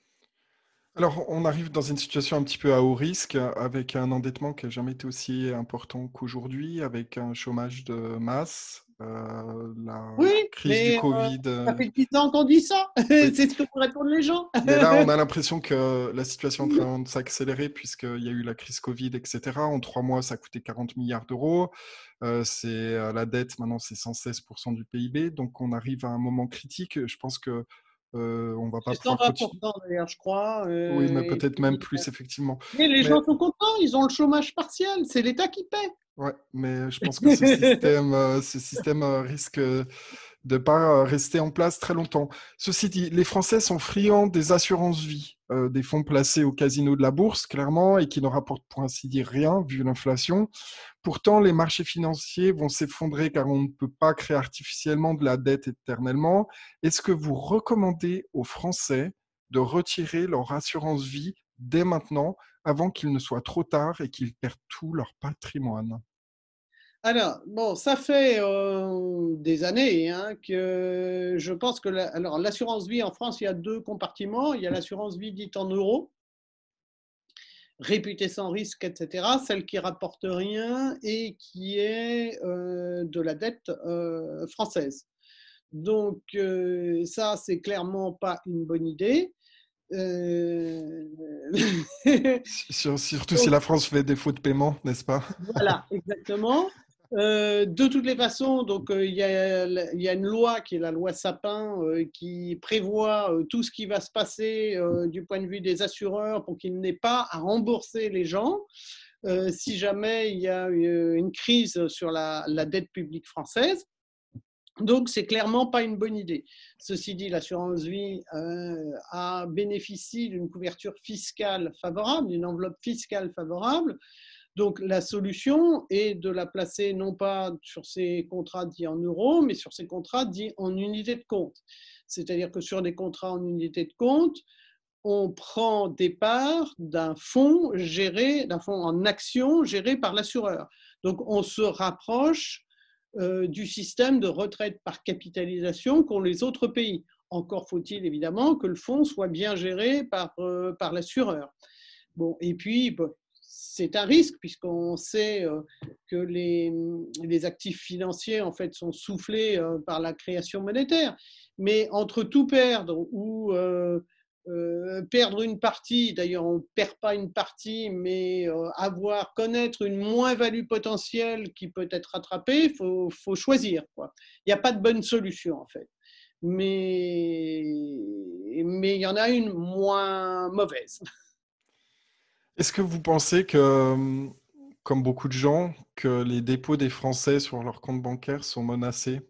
Alors, on arrive dans une situation un petit peu à haut risque, avec un endettement qui n'a jamais été aussi important qu'aujourd'hui, avec un chômage de masse, euh, la Oui, crise du mais euh, Covid. ça euh, fait dix ans qu'on dit ça. oui. C'est ce que vous répondent les gens. Mais là, on a l'impression que la situation est en train de s'accélérer, puisqu'il y a eu la crise Covid, et cetera. En trois mois, ça a coûté quarante milliards d'euros. Euh, c'est, euh, la dette, maintenant, c'est cent seize pour cent du P I B. Donc, on arrive à un moment critique. Je pense que euh, on va pas C'est pouvoir cent vingt continuer. pour cent d'ailleurs, je crois. Oui, mais Euh, et peut-être même puis, plus, effectivement. mais les Mais gens sont contents, ils ont le chômage partiel, c'est l'État qui paie. ouais, mais je pense que ce système, euh, ce système euh, risque de ne pas euh, rester en place très longtemps. Ceci dit, les Français sont friands des assurances-vie, euh, des fonds placés au casino de la bourse, clairement, et qui ne rapportent pour ainsi dire rien, vu l'inflation. Pourtant, les marchés financiers vont s'effondrer car on ne peut pas créer artificiellement de la dette éternellement. Est-ce que vous recommandez aux Français de retirer leur assurance-vie dès maintenant, avant qu'il ne soit trop tard et qu'ils perdent tout leur patrimoine? Alors, bon, ça fait euh, des années hein, que je pense que la- alors, l'assurance vie en France, il y a deux compartiments. Il y a l'assurance vie dite en euros, réputée sans risque, et cetera, celle qui rapporte rien et qui est euh, de la dette euh, française. Donc, euh, ça, c'est clairement pas une bonne idée. Euh, Sur- Surtout si Donc, la France fait défaut de paiement, n'est-ce pas? voilà, exactement. Euh, de toutes les façons, donc euh, il y a, il y a une loi qui est la loi Sapin euh, qui prévoit euh, tout ce qui va se passer euh, du point de vue des assureurs pour qu'ils n'aient pas à rembourser les gens euh, si jamais il y a une, une crise sur la, la dette publique française. Donc, c'est clairement pas une bonne idée. Ceci dit, l'assurance vie euh, a bénéficié d'une couverture fiscale favorable, d'une enveloppe fiscale favorable. Donc, la solution est de la placer non pas sur ces contrats dits en euros, mais sur ces contrats dits en unités de compte. C'est-à-dire que sur des contrats en unités de compte, on prend des parts d'un fonds géré, d'un fonds en action géré par l'assureur. Donc, on se rapproche euh, du système de retraite par capitalisation qu'ont les autres pays. Encore faut-il évidemment que le fonds soit bien géré par, euh, par l'assureur. Bon, et puis, bon, c'est un risque puisqu'on sait euh, que les, les, actifs financiers en fait sont soufflés euh, par la création monétaire. Mais entre tout perdre ou euh, euh, perdre une partie, d'ailleurs on ne perd pas une partie, mais euh, avoir, connaître une moins-value potentielle qui peut être rattrapée, il faut, faut choisir, quoi. Il n'y a pas de bonne solution en fait. Mais, mais il y en a une moins mauvaise. Est-ce que vous pensez que, comme beaucoup de gens, que les dépôts des Français sur leur compte bancaire sont menacés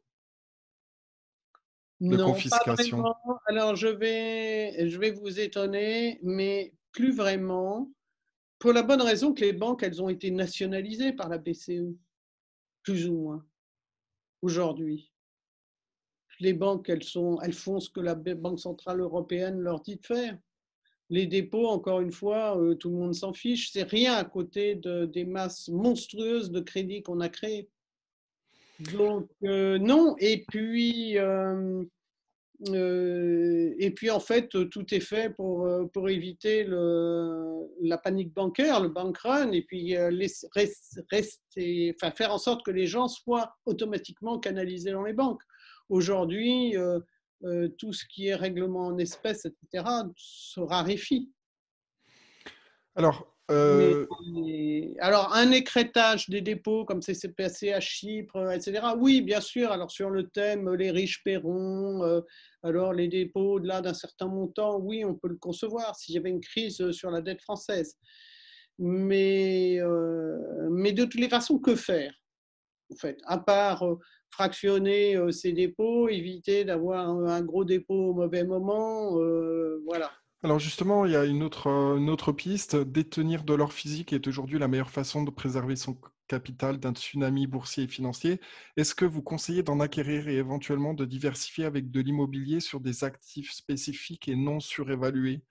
de Non, pas confiscation? vraiment. Alors, je vais, je vais vous étonner, mais plus vraiment, pour la bonne raison que les banques, elles ont été nationalisées par la B C E, plus ou moins, aujourd'hui. Les banques, elles sont, elles font ce que la Banque centrale européenne leur dit de faire. Les dépôts, encore une fois, euh, tout le monde s'en fiche. C'est rien à côté de, des masses monstrueuses de crédits qu'on a créées. Donc, euh, non. Et puis, euh, Euh, et puis en fait, tout est fait pour, euh, pour éviter le, la panique bancaire, le bank run, et puis euh, laisser, rester, enfin, faire en sorte que les gens soient automatiquement canalisés dans les banques. Aujourd'hui, euh, euh, tout ce qui est règlement en espèces, et cetera, se raréfie. Alors, Mais, euh, alors, un écrêtage des dépôts, comme ça s'est passé à Chypre, et cetera. Oui, bien sûr. Alors, sur le thème, les riches paieront, euh, alors les dépôts au-delà d'un certain montant, oui, on peut le concevoir s'il y avait une crise sur la dette française. Mais, euh, mais de toutes les façons, que faire, en fait, à part euh, fractionner euh, ces dépôts, éviter d'avoir un, un gros dépôt au mauvais moment, euh, voilà. alors justement, il y a une autre, euh, une autre piste. Détenir de l'or physique est aujourd'hui la meilleure façon de préserver son capital d'un tsunami boursier et financier. Est-ce que vous conseillez d'en acquérir et éventuellement de diversifier avec de l'immobilier sur des actifs spécifiques et non surévalués?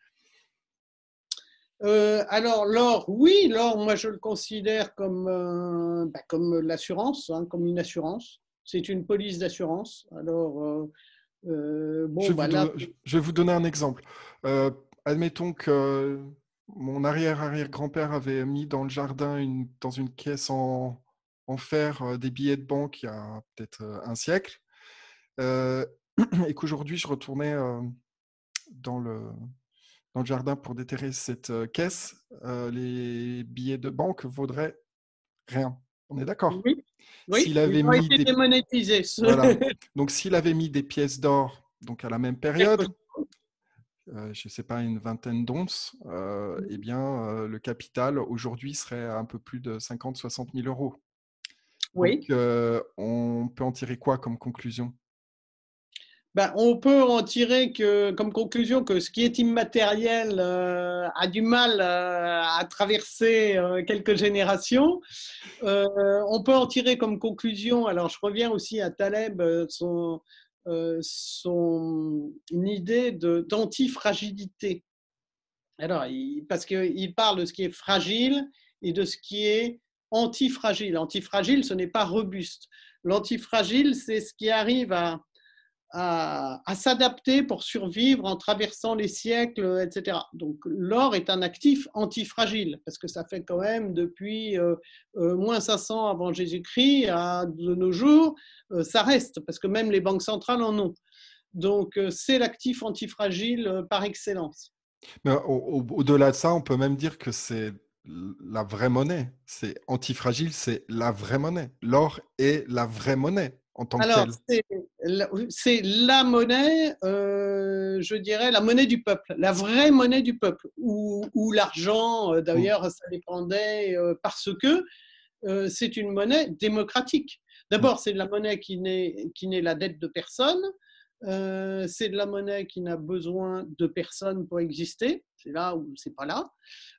Euh, alors, l'or, oui, l'or, moi, je le considère comme, euh, bah, comme l'assurance, hein, comme une assurance. C'est une police d'assurance. Alors, euh, euh, Je bon, vais vous bah là, donner, je vais vous donner un exemple. Euh, admettons que mon arrière-arrière-grand-père avait mis dans le jardin, une, dans une caisse en, en fer, euh, des billets de banque il y a peut-être euh, un siècle, euh, et qu'aujourd'hui je retournais euh, dans le, dans le jardin pour déterrer cette euh, caisse, euh, les billets de banque vaudraient rien. On est d'accord? oui, oui, S'il ils avait ont mis été des... démonétisés. Voilà. Donc s'il avait mis des pièces d'or donc à la même Quelque période, chose. euh, je ne sais pas, une vingtaine d'onces, euh, eh bien, euh, le capital aujourd'hui serait à un peu plus de cinquante soixante mille euros. Donc, Oui. euh, on peut en tirer quoi comme conclusion? Ben, on peut en tirer que, comme conclusion que ce qui est immatériel euh, a du mal euh, à traverser euh, quelques générations. Euh, on peut en tirer comme conclusion, alors je reviens aussi à Taleb, euh, son, euh, son une idée de, d'antifragilité. Alors, il, parce qu'il parle de ce qui est fragile et de ce qui est antifragile. Antifragile, ce n'est pas robuste. L'antifragile, c'est ce qui arrive à, à, à s'adapter pour survivre en traversant les siècles, et cetera. Donc, l'or est un actif antifragile, parce que ça fait quand même depuis euh, euh, moins cinq cents avant Jésus-Christ à de nos jours, euh, ça reste, parce que même les banques centrales en ont. Donc, euh, c'est l'actif antifragile euh, par excellence. Mais au- au- au-delà de ça, on peut même dire que c'est la vraie monnaie. C'est antifragile, c'est la vraie monnaie. L'or est la vraie monnaie en tant que Alors, telle. c'est la, c'est la monnaie, euh, je dirais, la monnaie du peuple, la vraie monnaie du peuple, ou, ou l'argent, euh, Mm. d'ailleurs, ça dépendait, euh, parce que euh, c'est une monnaie démocratique. Mm. D'abord, c'est de la monnaie qui n'est, qui n'est la dette de personne, euh, c'est de la monnaie qui n'a besoin de personne pour exister, c'est là où c'est pas là.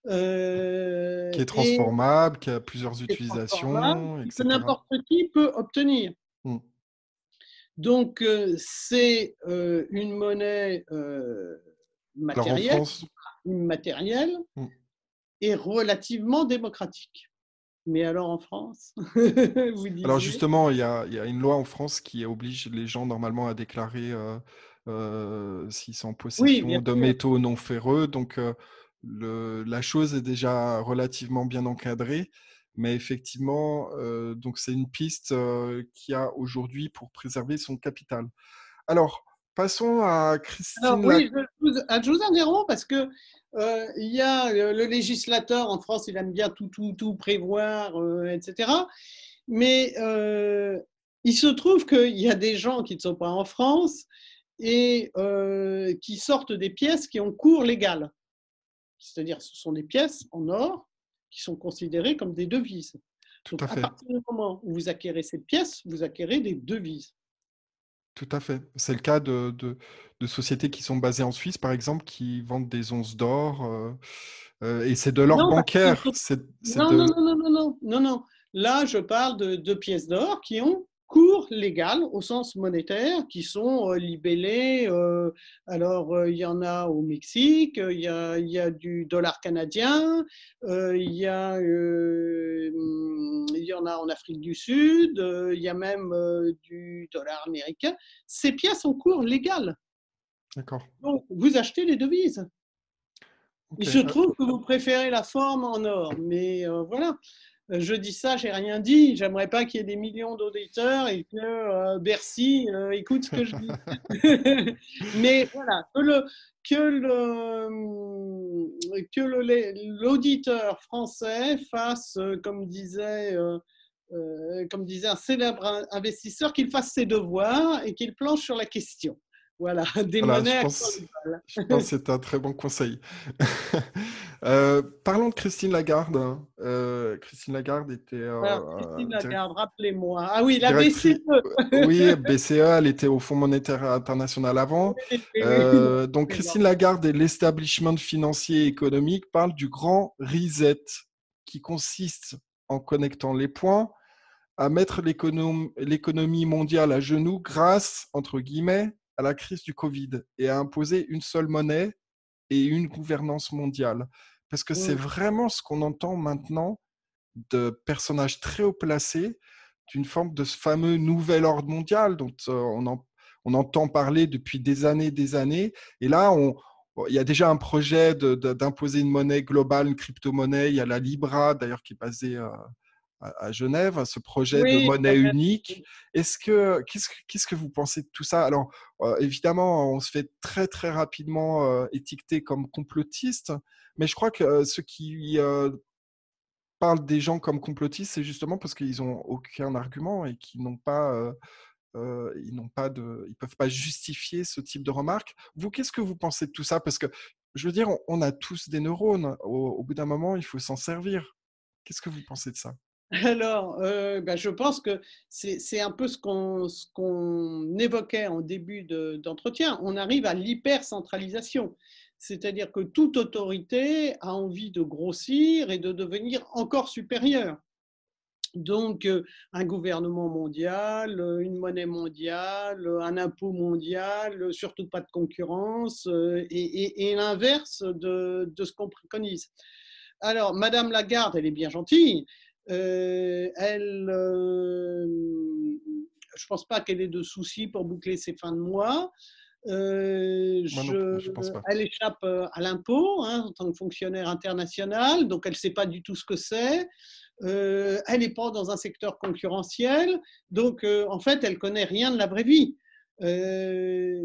Euh, Qui est et transformable, qui a plusieurs c'est transformable, utilisations, que et cetera. n'importe qui peut obtenir. Mm. Donc, euh, c'est euh, une monnaie euh, Alors en matérielle, France, immatérielle mm. et relativement démocratique. Mais alors en France, vous Alors disiez? justement, il y a, il y a une loi en France qui oblige les gens normalement à déclarer euh, euh, s'ils sont en Oui, bien possession de sûr. métaux non ferreux. Donc euh, le, la chose est déjà relativement bien encadrée. Mais effectivement, euh, donc c'est une piste euh, qu'il y a aujourd'hui pour préserver son capital. Alors, passons à Alors Christine Lac. oui, je, vous, ah, je vous interromps parce que euh, il y a le, le législateur en France, il aime bien tout, tout, tout prévoir, euh, et cetera. Mais euh, il se trouve qu'il y a des gens qui ne sont pas en France et euh, qui sortent des pièces qui ont cours légal. C'est-à-dire ce sont des pièces en or qui sont considérées comme des devises. Tout Donc à à fait. partir du moment où vous acquérez cette pièce, vous acquérez des devises. Tout à fait. C'est le cas de, de, de sociétés qui sont basées en Suisse, par exemple, qui vendent des onces d'or. Euh, euh, et c'est de l'or Non, parce qu'ils bancaire. sont- C'est c'est non, de... non, non, non, non, non, non, non. Là, je parle de, de pièces d'or qui ont cours légal au sens monétaire, qui sont euh, libellées. Euh, alors, euh, il y en a au Mexique, euh, il y a, il y a du dollar canadien, euh, il y a, euh, il y en a en Afrique du Sud, euh, il y a même euh, du dollar américain. Ces pièces ont cours légal. D'accord. Donc, vous achetez les devises. Ok. Il se Euh, trouve que vous préférez la forme en or, mais euh, voilà. Je dis ça, j'ai rien dit. J'aimerais pas qu'il y ait des millions d'auditeurs et que euh, Bercy euh, écoute ce que je dis. Mais voilà, que le que le que le- l'auditeur français fasse, euh, comme disait euh, euh, comme disait un célèbre investisseur, qu'il fasse ses devoirs et qu'il planche sur la question. Voilà, des voilà, je monnaies pense, je pense que c'est un très bon conseil. Euh, parlons de Christine Lagarde. Hein. Euh, Christine Lagarde était Alors, euh, Christine direct- Lagarde, rappelez-moi. Ah oui, la directrice. B C E. Oui, B C E, elle était au Fonds monétaire international avant. Oui, oui, oui, non, Euh, donc, c'est bon. Christine Lagarde et l'establishment financier et économique parlent du grand reset qui consiste en connectant les points à mettre l'économie mondiale à genoux grâce, entre guillemets, à la crise du Covid et à imposer une seule monnaie et une gouvernance mondiale. Parce que c'est Mm. vraiment ce qu'on entend maintenant de personnages très haut placés d'une forme de ce fameux nouvel ordre mondial dont euh, on, en, on entend parler depuis des années des années. Et là, on, il y a déjà un projet de, de, d'imposer une monnaie globale, une crypto-monnaie. Il y a la Libra, d'ailleurs, qui est basée euh, à, à Genève, ce projet de Oui, monnaie unique. Est-ce que, qu'est-ce, qu'est-ce que vous pensez de tout ça? Alors, euh, évidemment, on se fait très, très rapidement euh, étiqueter comme complotiste, mais je crois que euh, ceux qui euh, parlent des gens comme complotistes, c'est justement parce qu'ils n'ont aucun argument et qu'ils n'ont pas, euh, euh, ils n'ont pas de, ils peuvent pas justifier ce type de remarques. Vous, qu'est-ce que vous pensez de tout ça? Parce que je veux dire, on, on a tous des neurones. Au, au bout d'un moment, il faut s'en servir. Qu'est-ce que vous pensez de ça? alors, euh, ben, je pense que c'est c'est un peu ce qu'on ce qu'on évoquait en début de- d'entretien. On arrive à l'hypercentralisation, c'est-à-dire que toute autorité a envie de grossir et de devenir encore supérieure. Donc, euh, un gouvernement mondial, euh, une monnaie mondiale, euh, un impôt mondial, euh, surtout pas de concurrence, euh, et, et, et l'inverse de, de ce qu'on préconise. Alors, Madame Lagarde, elle est bien gentille. Euh, elle, euh, je ne pense pas qu'elle ait de soucis pour boucler ses fins de mois. Euh, Moi non je, plus, je pense pas. elle échappe à l'impôt hein, en tant que fonctionnaire international, donc elle ne sait pas du tout ce que c'est. Euh, elle n'est pas dans un secteur concurrentiel, donc euh, en fait, elle connaît rien de la vraie vie. Euh,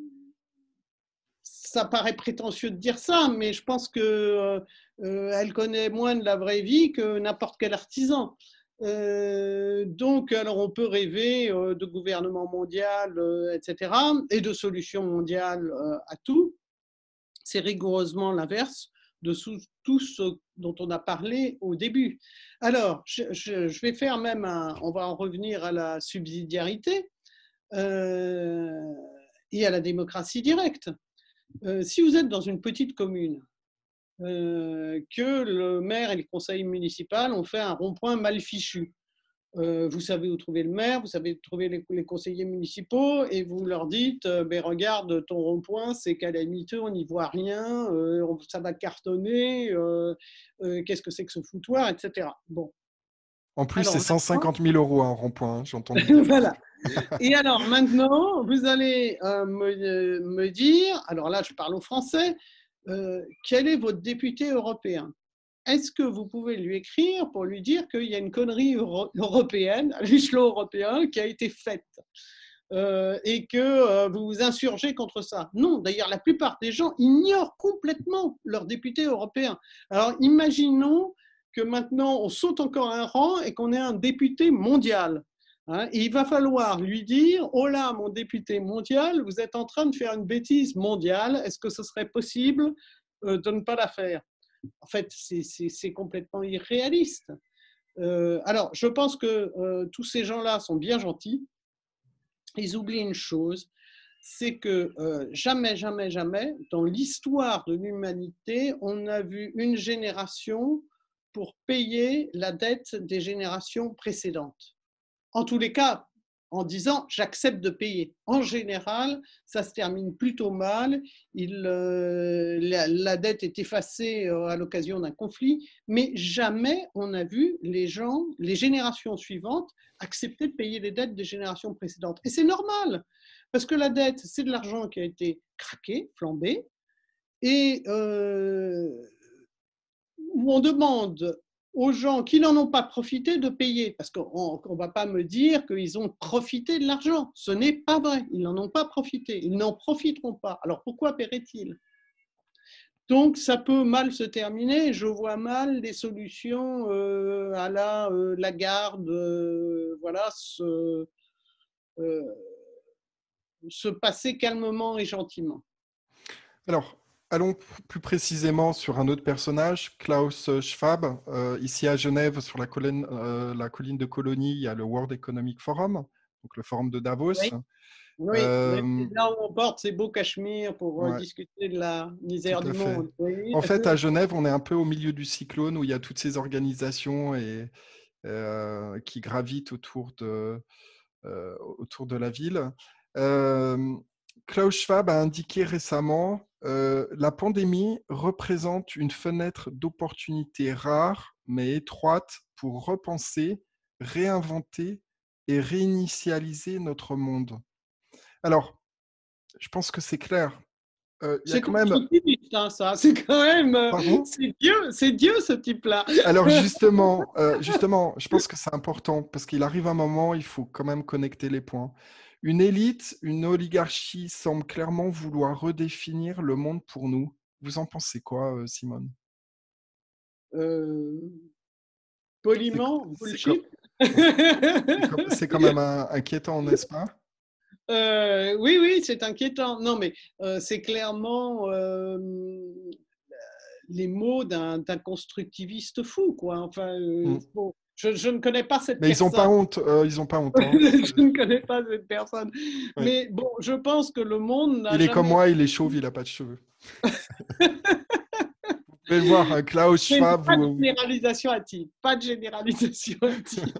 ça paraît prétentieux de dire ça, mais je pense que euh, elle connaît moins de la vraie vie que n'importe quel artisan. Euh, donc, alors on peut rêver euh, de gouvernement mondial, euh, et cetera, et de solutions mondiales euh, à tout. C'est rigoureusement l'inverse de tout ce dont on a parlé au début. Alors, je, je, je vais faire même un, on va en revenir à la subsidiarité euh, et à la démocratie directe. Euh, si vous êtes dans une petite commune, euh, que le maire et le conseil municipal ont fait un rond-point mal fichu, euh, vous savez où trouver le maire, vous savez où trouver les, les conseillers municipaux, et vous leur dites euh, ben, regarde, ton rond-point, c'est calamiteux, on n'y voit rien, euh, ça va cartonner, euh, euh, qu'est-ce que c'est que ce foutoir, et cetera. Bon. En plus, Alors, c'est cent cinquante mille euros un rond-point, hein, j'ai entendu dire. voilà. Et alors maintenant, vous allez euh, me, me dire, alors là je parle au français, euh, quel est votre député européen? Est-ce que vous pouvez lui écrire pour lui dire qu'il y a une connerie euro- européenne, à l'échelon européen, qui a été faite euh, et que euh, vous vous insurgez contre ça? Non, d'ailleurs, la plupart des gens ignorent complètement leurs députés européens. Alors, imaginons que maintenant, on saute encore un rang et qu'on ait un député mondial. Hein, et il va falloir lui dire, oh là, mon député mondial, vous êtes en train de faire une bêtise mondiale, est-ce que ce serait possible euh, de ne pas la faire? En fait, c'est complètement irréaliste. Euh, alors, je pense que euh, tous ces gens-là sont bien gentils. Ils oublient une chose, c'est que euh, jamais, jamais, jamais, dans l'histoire de l'humanité, on a vu une génération pour payer la dette des générations précédentes. En tous les cas, en disant j'accepte de payer. En général, ça se termine plutôt mal. Il, euh, la, la dette est effacée euh, à l'occasion d'un conflit, mais jamais on a vu les gens, les générations suivantes, accepter de payer les dettes des générations précédentes. Et c'est normal, parce que la dette, c'est de l'argent qui a été craqué, flambé, et euh, où on demande aux gens qui n'en ont pas profité de payer, parce qu'on ne va pas me dire qu'ils ont profité de l'argent. Ce n'est pas vrai, ils n'en ont pas profité, ils n'en profiteront pas. Alors pourquoi paieraient-ils? Donc ça peut mal se terminer, je vois mal des solutions euh, à la euh, Lagarde, euh, voilà, se, euh, se passer calmement et gentiment. Alors, allons plus précisément sur un autre personnage, Klaus Schwab. Euh, ici à Genève, sur la colline, euh, la colline de Colonie, il y a le World Economic Forum, donc le forum de Davos. Oui, oui. Euh, Là où on porte ces beaux cachemires pour ouais, discuter de la tout misère à du fait. monde. Oui. En fait, à Genève, on est un peu au milieu du cyclone où il y a toutes ces organisations et, euh, qui gravitent autour de, euh, autour de la ville. Euh, Klaus Schwab a indiqué récemment euh, la pandémie représente une fenêtre d'opportunité rare mais étroite pour repenser, réinventer et réinitialiser notre monde. Alors, je pense que c'est clair. Euh, il y a C'est quand même. constructiviste, hein, ça. C'est quand même. Pardon? C'est Dieu, c'est Dieu ce type-là. Alors justement, euh, justement, je pense que c'est important parce qu'il arrive un moment, il faut quand même connecter les points. Une élite, une oligarchie semble clairement vouloir redéfinir le monde pour nous. Vous en pensez quoi, euh, Simone? Euh, C'est poliment, c'est comme- bullshit. c'est comme- c'est quand même un- inquiétant, n'est-ce pas? Euh, oui, oui, c'est inquiétant. Non, mais euh, c'est clairement euh, les mots d'un constructiviste fou, quoi. Enfin, euh, Mm. bon, je, je, ne connais pas cette Mais ils n'ont pas personne. honte, euh, ils ont pas honte. Hein. Je ne connais pas cette personne. Oui. Mais bon, je pense que le monde n'a Il est comme jamais. moi, il est chauve, il n'a pas de cheveux. Vous Vous allez voir, hein, Klaus Mais Schwab, pas de vous... généralisation hâtive, pas de généralisation hâtive.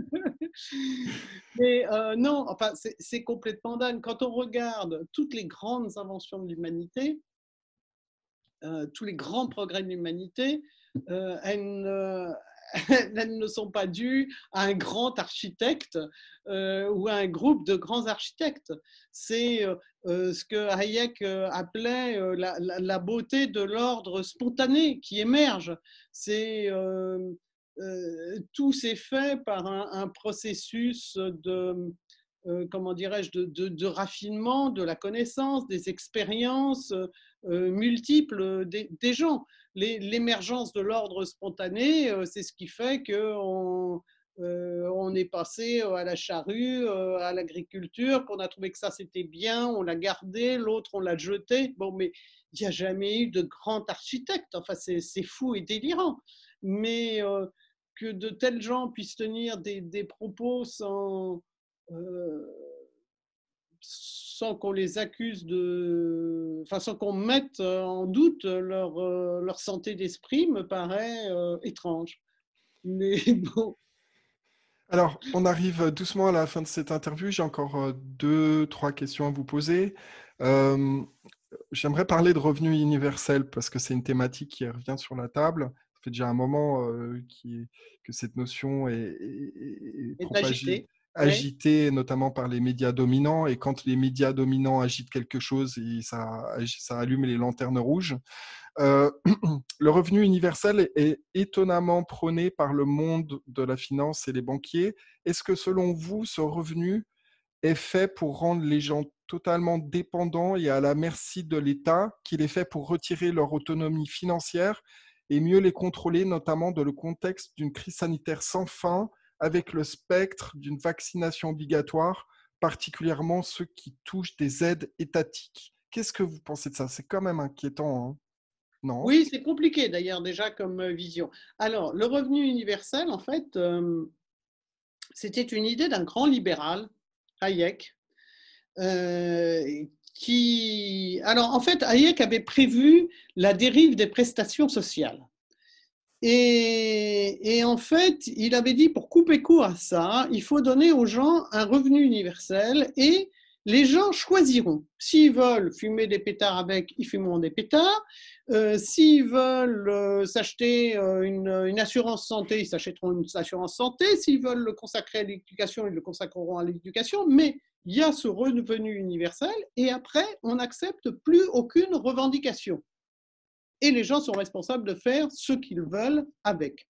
Mais euh, non, enfin, c'est c'est complètement dingue. Quand on regarde toutes les grandes inventions de l'humanité, euh, tous les grands progrès de l'humanité, euh, elles, ne, elles ne sont pas dues à un grand architecte euh, ou à un groupe de grands architectes. C'est euh, ce que Hayek appelait euh, la, la, la beauté de l'ordre spontané qui émerge. C'est euh, euh, tout s'est fait par un, un processus de euh, comment dirais-je, de, de, de raffinement de la connaissance, des expériences euh, multiples des, des gens. L'émergence de l'ordre spontané, euh, c'est ce qui fait qu'on euh, on est passé à la charrue, euh, à l'agriculture, qu'on a trouvé que ça c'était bien, on l'a gardé, l'autre on l'a jeté. Bon, mais il n'y a jamais eu de grand architecte, enfin c'est fou et délirant. Mais euh, que de tels gens puissent tenir des, des propos sans, euh, sans qu'on les accuse de, enfin sans qu'on mette en doute leur, euh, leur santé d'esprit me paraît euh, étrange. Mais bon. Alors, on arrive doucement à la fin de cette interview. J'ai encore euh, deux, trois questions à vous poser. Euh, J'aimerais parler de revenus universels parce que c'est une thématique qui revient sur la table. Ça fait déjà un moment euh, qui, que cette notion est, est, est Est propagée, agité. Ouais. agitée, notamment par les médias dominants. Et quand les médias dominants agitent quelque chose, et ça, ça allume les lanternes rouges. Euh, le revenu universel est étonnamment prôné par le monde de la finance et les banquiers. Est-ce que selon vous, ce revenu est fait pour rendre les gens totalement dépendants et à la merci de l'État, qu'il est fait pour retirer leur autonomie financière et mieux les contrôler, notamment dans le contexte d'une crise sanitaire sans fin, avec le spectre d'une vaccination obligatoire, particulièrement ceux qui touchent des aides étatiques? Qu'est-ce que vous pensez de ça? C'est quand même inquiétant, hein, non? Oui, c'est compliqué d'ailleurs déjà comme vision. Alors, le revenu universel, en fait, euh, c'était une idée d'un grand libéral, Hayek, euh, qui... Alors, en fait, Hayek avait prévu la dérive des prestations sociales. Et, et, en fait, il avait dit, pour couper court à ça, il faut donner aux gens un revenu universel et les gens choisiront. S'ils veulent fumer des pétards avec, ils fumeront des pétards. Euh, S'ils veulent euh, s'acheter euh, une, une assurance santé, ils s'achèteront une assurance santé. S'ils veulent le consacrer à l'éducation, ils le consacreront à l'éducation. Mais il y a ce revenu universel et après, on n'accepte plus aucune revendication. Et les gens sont responsables de faire ce qu'ils veulent avec.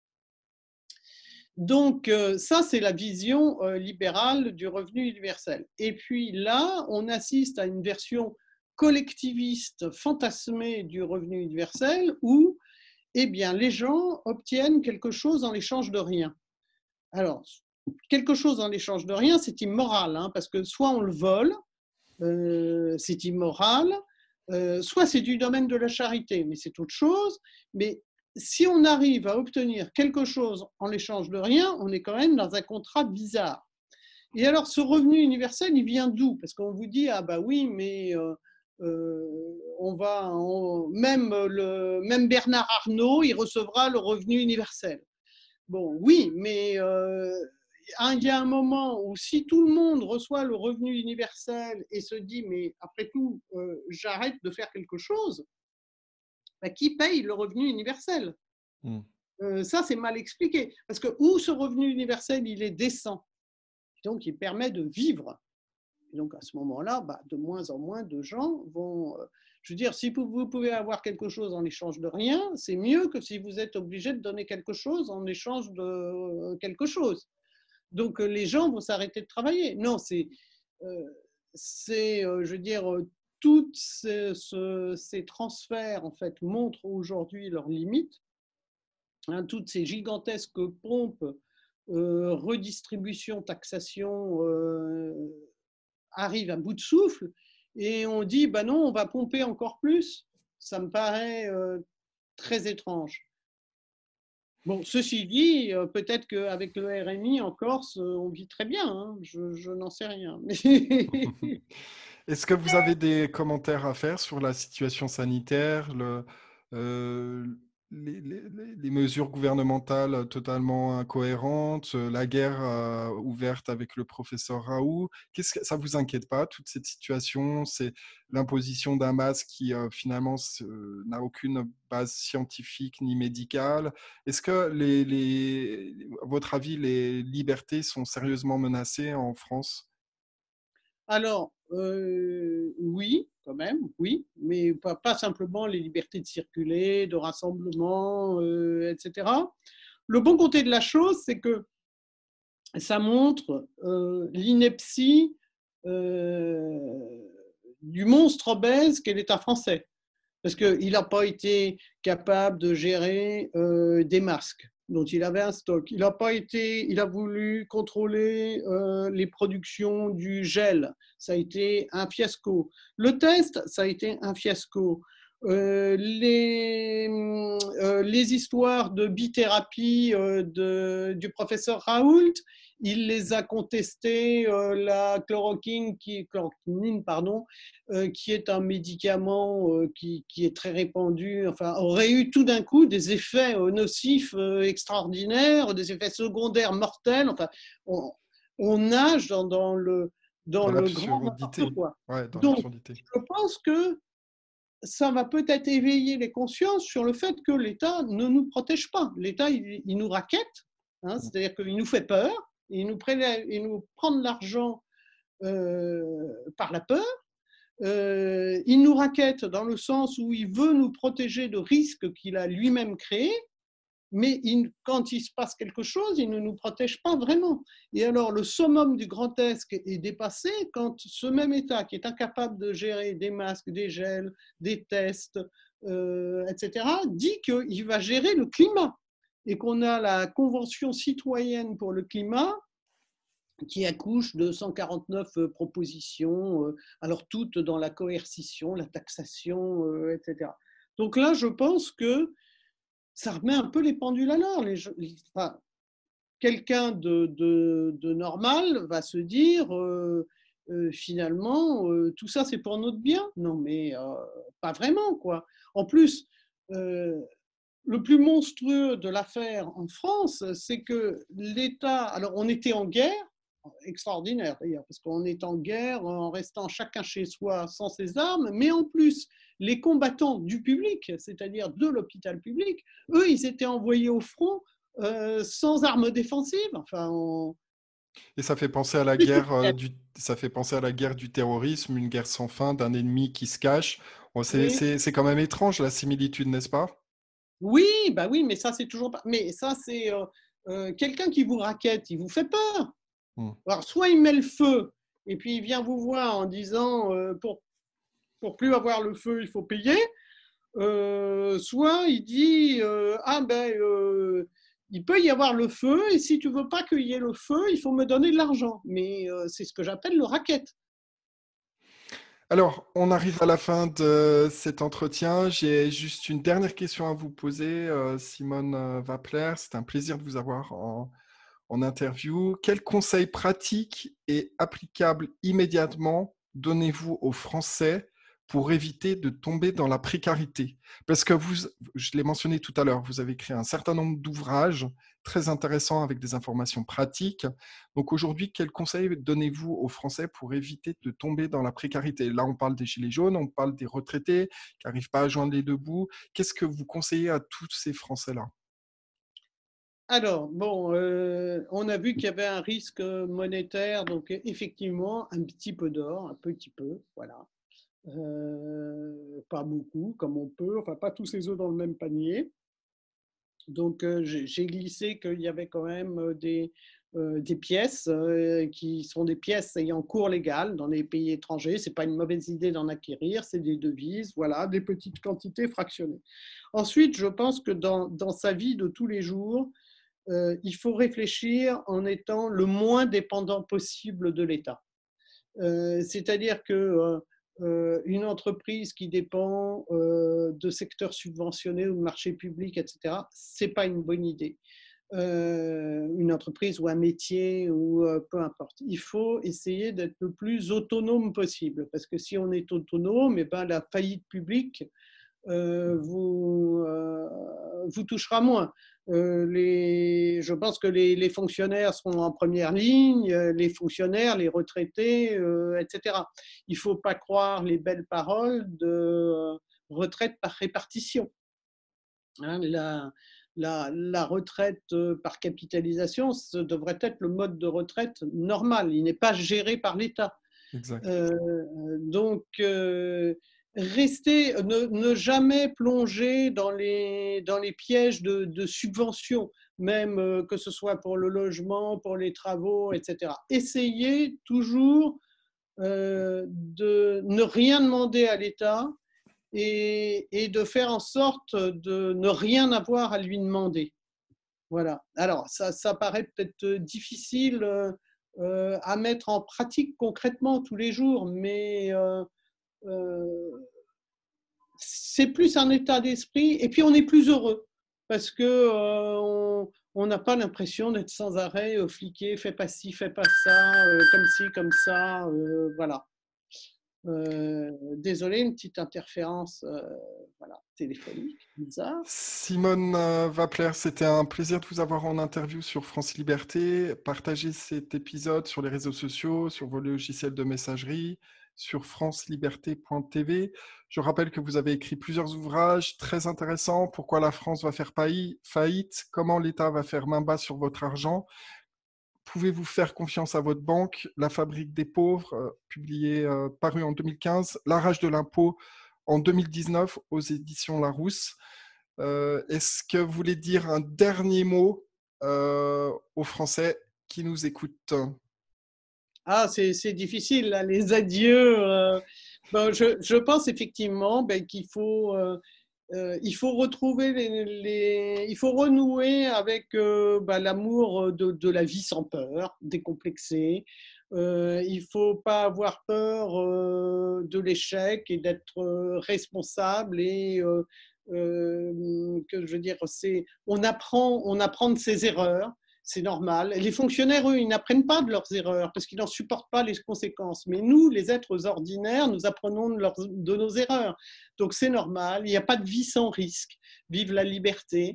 Donc ça, c'est la vision libérale du revenu universel. Et puis là, on assiste à une version collectiviste fantasmée du revenu universel où eh bien, les gens obtiennent quelque chose en échange de rien. Alors, quelque chose en échange de rien, c'est immoral, hein, parce que soit on le vole, euh, c'est immoral, Euh, soit c'est du domaine de la charité, mais c'est autre chose. Mais si on arrive à obtenir quelque chose en échange de rien, on est quand même dans un contrat bizarre. Et alors, ce revenu universel, il vient d'où? Parce qu'on vous dit, ah bah oui, mais euh, euh, on va, on, même, le, même Bernard Arnault, il recevra le revenu universel. Bon, oui, mais euh, il y a un moment où si tout le monde reçoit le revenu universel et se dit, mais après tout, euh, j'arrête de faire quelque chose, bah, qui paye le revenu universel? mmh. euh, Ça, c'est mal expliqué. Parce que où ce revenu universel, il est décent, donc il permet de vivre. Et donc à ce moment-là, bah, de moins en moins de gens vont... Euh, je veux dire, si vous pouvez avoir quelque chose en échange de rien, c'est mieux que si vous êtes obligé de donner quelque chose en échange de quelque chose. Donc les gens vont s'arrêter de travailler. Non, c'est, euh, c'est, euh, je veux dire, tous ces, ce, ces transferts en fait montrent aujourd'hui leurs limites. Hein, toutes ces gigantesques pompes, euh, redistribution, taxation, euh, arrivent à bout de souffle et on dit, bah non, on va pomper encore plus. Ça me paraît euh, très étrange. Bon, ceci dit, peut-être qu'avec le R M I en Corse, on vit très bien, hein, je, je n'en sais rien. Est-ce que vous avez des commentaires à faire sur la situation sanitaire, le, euh, les, les- les- les mesures gouvernementales totalement incohérentes, euh, la guerre euh, ouverte avec le professeur Raoult. Qu'est-ce que ça vous inquiète pas, toute cette situation? C'est l'imposition d'un masque qui euh, finalement se- n'a aucune base scientifique ni médicale. Est-ce que, les, les, à votre avis, les libertés sont sérieusement menacées en France? Alors, euh, oui, quand même, oui, mais pas, pas simplement les libertés de circuler, de rassemblement, euh, et cetera. Le bon côté de la chose, c'est que ça montre euh, l'ineptie euh, du monstre obèse qu'est l'État français. Parce qu'il n'a pas été capable de gérer euh, des masques dont il avait un stock. Il n'a pas été, il a voulu contrôler euh, les productions du gel. Ça a été un fiasco. Le test, ça a été un fiasco. Euh, les, euh, les histoires de bithérapie euh, de, du professeur Raoult, il les a contestées. Euh, la chloroquine, qui, chloroquine, pardon, euh, qui est un médicament euh, qui, qui, est très répandu, enfin, aurait eu tout d'un coup des effets euh, nocifs euh, extraordinaires, des effets secondaires mortels. Enfin, on, on nage dans, dans, le, dans Dans le grand l'absurdité. n'importe quoi. Ouais, dans Donc, l'absurdité. je pense que ça va peut-être éveiller les consciences sur le fait que l'État ne nous protège pas. L'État, il, il nous raquette, hein, c'est-à-dire qu'il nous fait peur, il nous, prélève, il nous prend de l'argent euh, par la peur. Euh, il nous raquette dans le sens où il veut nous protéger de risques qu'il a lui-même créés, mais il, quand il se passe quelque chose, il ne nous protège pas vraiment. Et alors, le summum du grotesque est dépassé quand ce même État, qui est incapable de gérer des masques, des gels, des tests, euh, et cetera, dit qu'il va gérer le climat et qu'on a la Convention citoyenne pour le climat qui accouche de cent quarante-neuf propositions, alors toutes dans la coercition, la taxation, et cetera. Donc là, je pense que ça remet un peu les pendules à l'heure. Enfin, quelqu'un de, de, de, normal va se dire, euh, euh, finalement, euh, tout ça c'est pour notre bien. Non, mais euh, pas vraiment, quoi. En plus, euh, le plus monstrueux de l'affaire en France, c'est que l'État, alors on était en guerre, extraordinaire d'ailleurs, parce qu'on est en guerre en restant chacun chez soi sans ses armes, mais en plus, les combattants du public, c'est-à-dire de l'hôpital public, eux, ils étaient envoyés au front euh, sans armes défensives. Enfin, on... Et ça fait penser à la guerre euh, du, ça fait penser à la guerre du terrorisme, une guerre sans fin, d'un ennemi qui se cache. Bon, c'est, Oui, c'est, c'est quand même étrange la similitude, n'est-ce pas? oui, bah oui, mais ça c'est toujours pas. Mais ça c'est euh, euh, quelqu'un qui vous raquette, il vous fait peur. Hmm. Alors, soit il met le feu et puis il vient vous voir en disant euh, pour pour plus avoir le feu, il faut payer. Euh, soit il dit euh, ah ben euh, il peut y avoir le feu et si tu veux pas qu'il y ait le feu, il faut me donner de l'argent. Mais euh, c'est ce que j'appelle le racket. Alors, on arrive à la fin de cet entretien. J'ai juste une dernière question à vous poser, euh, Simone euh, Wappler. C'est un plaisir de vous avoir en, en interview. Quels conseils pratiques et applicables immédiatement donnez-vous aux Français pour éviter de tomber dans la précarité? Parce que vous, je l'ai mentionné tout à l'heure, vous avez créé un certain nombre d'ouvrages très intéressants avec des informations pratiques. Donc aujourd'hui, quels conseils donnez-vous aux Français pour éviter de tomber dans la précarité? Là, on parle des gilets jaunes, on parle des retraités qui n'arrivent pas à joindre les deux bouts. Qu'est-ce que vous conseillez à tous ces Français-là? Alors, bon, euh, on a vu qu'il y avait un risque monétaire, donc effectivement, un petit peu d'or, un petit peu, voilà. Euh, pas beaucoup, comme on peut, enfin pas tous ses œufs dans le même panier. Donc euh, j'ai glissé qu'il y avait quand même des, euh, des pièces euh, qui sont des pièces ayant cours légal dans les pays étrangers. Ce n'est pas une mauvaise idée d'en acquérir, c'est des devises, voilà, des petites quantités fractionnées. Ensuite, je pense que dans, dans sa vie de tous les jours, euh, il faut réfléchir en étant le moins dépendant possible de l'État. Euh, C'est-à-dire que euh, euh, une entreprise qui dépend euh, de secteurs subventionnés ou de marchés publics, et cetera, c'est pas une bonne idée. Euh, une entreprise ou un métier ou euh, peu importe. Il faut essayer d'être le plus autonome possible parce que si on est autonome, et ben la faillite publique euh, vous, euh, vous touchera moins. Euh, les, je pense que les, les fonctionnaires seront en première ligne, les fonctionnaires, les retraités, euh, et cetera. Il ne faut pas croire les belles paroles de retraite par répartition. Hein, la, la, la retraite par capitalisation, ce devrait être le mode de retraite normal. Il n'est pas géré par l'État. Euh, donc, euh, rester, ne, ne, jamais plonger dans les, dans les pièges de, de subventions, même euh, que ce soit pour le logement, pour les travaux, et cetera. Essayez toujours euh, de ne rien demander à l'État et, et de faire en sorte de ne rien avoir à lui demander. Voilà. Alors, ça, ça paraît peut-être difficile euh, à mettre en pratique concrètement tous les jours, mais euh, euh, c'est plus un état d'esprit. Et puis, on est plus heureux parce qu'on euh, n'a pas l'impression d'être sans arrêt euh, fliqué, fais pas ci, fais pas ça, euh, comme ci, comme ça. Euh, voilà. Euh, désolé, une petite interférence euh, voilà, téléphonique, bizarre. Simone Wappler, c'était un plaisir de vous avoir en interview sur France Liberté. Partagez cet épisode sur les réseaux sociaux, sur vos logiciels de messagerie, sur france liberté point t v. Je rappelle que vous avez écrit plusieurs ouvrages très intéressants. Pourquoi la France va faire faillite? Comment l'État va faire main basse sur votre argent? Pouvez-vous faire confiance à votre banque? La fabrique des pauvres, euh, publié, euh, paru en deux mille quinze. La rage de l'impôt en deux mille dix-neuf aux éditions Larousse. Euh, est-ce que vous voulez dire un dernier mot euh, aux Français qui nous écoutent? Ah, c'est, c'est difficile, là, les adieux. Euh, bon, je, je pense effectivement ben, qu'il faut... Euh, Euh, il faut retrouver les, les, il faut renouer avec euh, bah, l'amour de, de la vie sans peur, décomplexé. Euh, il faut pas avoir peur euh, de l'échec et d'être euh, responsable et euh, euh, que je veux dire, c'est on apprend, on apprend de ses erreurs. C'est normal. Les fonctionnaires, eux, ils n'apprennent pas de leurs erreurs parce qu'ils n'en supportent pas les conséquences. Mais nous, les êtres ordinaires, nous apprenons de, leurs, de nos erreurs. Donc c'est normal. Il n'y a pas de vie sans risque. Vive la liberté.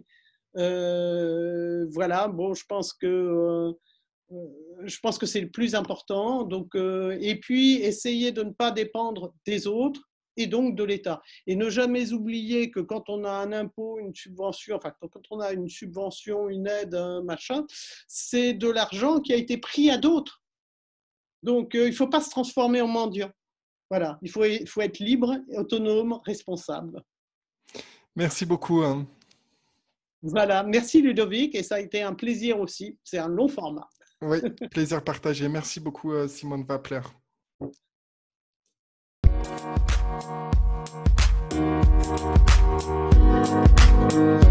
Euh, voilà. Bon, je pense que euh, je pense que c'est le plus important. Donc, euh, et puis essayer de ne pas dépendre des autres et donc de l'État. Et ne jamais oublier que quand on a un impôt, une subvention, enfin quand on a une subvention, une aide, un machin, c'est de l'argent qui a été pris à d'autres. Donc euh, il ne faut pas se transformer en mendiant. Voilà, il faut, il faut être libre, autonome, responsable. Merci beaucoup. Hein. Voilà, merci Ludovic, et ça a été un plaisir aussi. C'est un long format. Oui, plaisir partagé. Merci beaucoup, Simone Wappler. Thank you.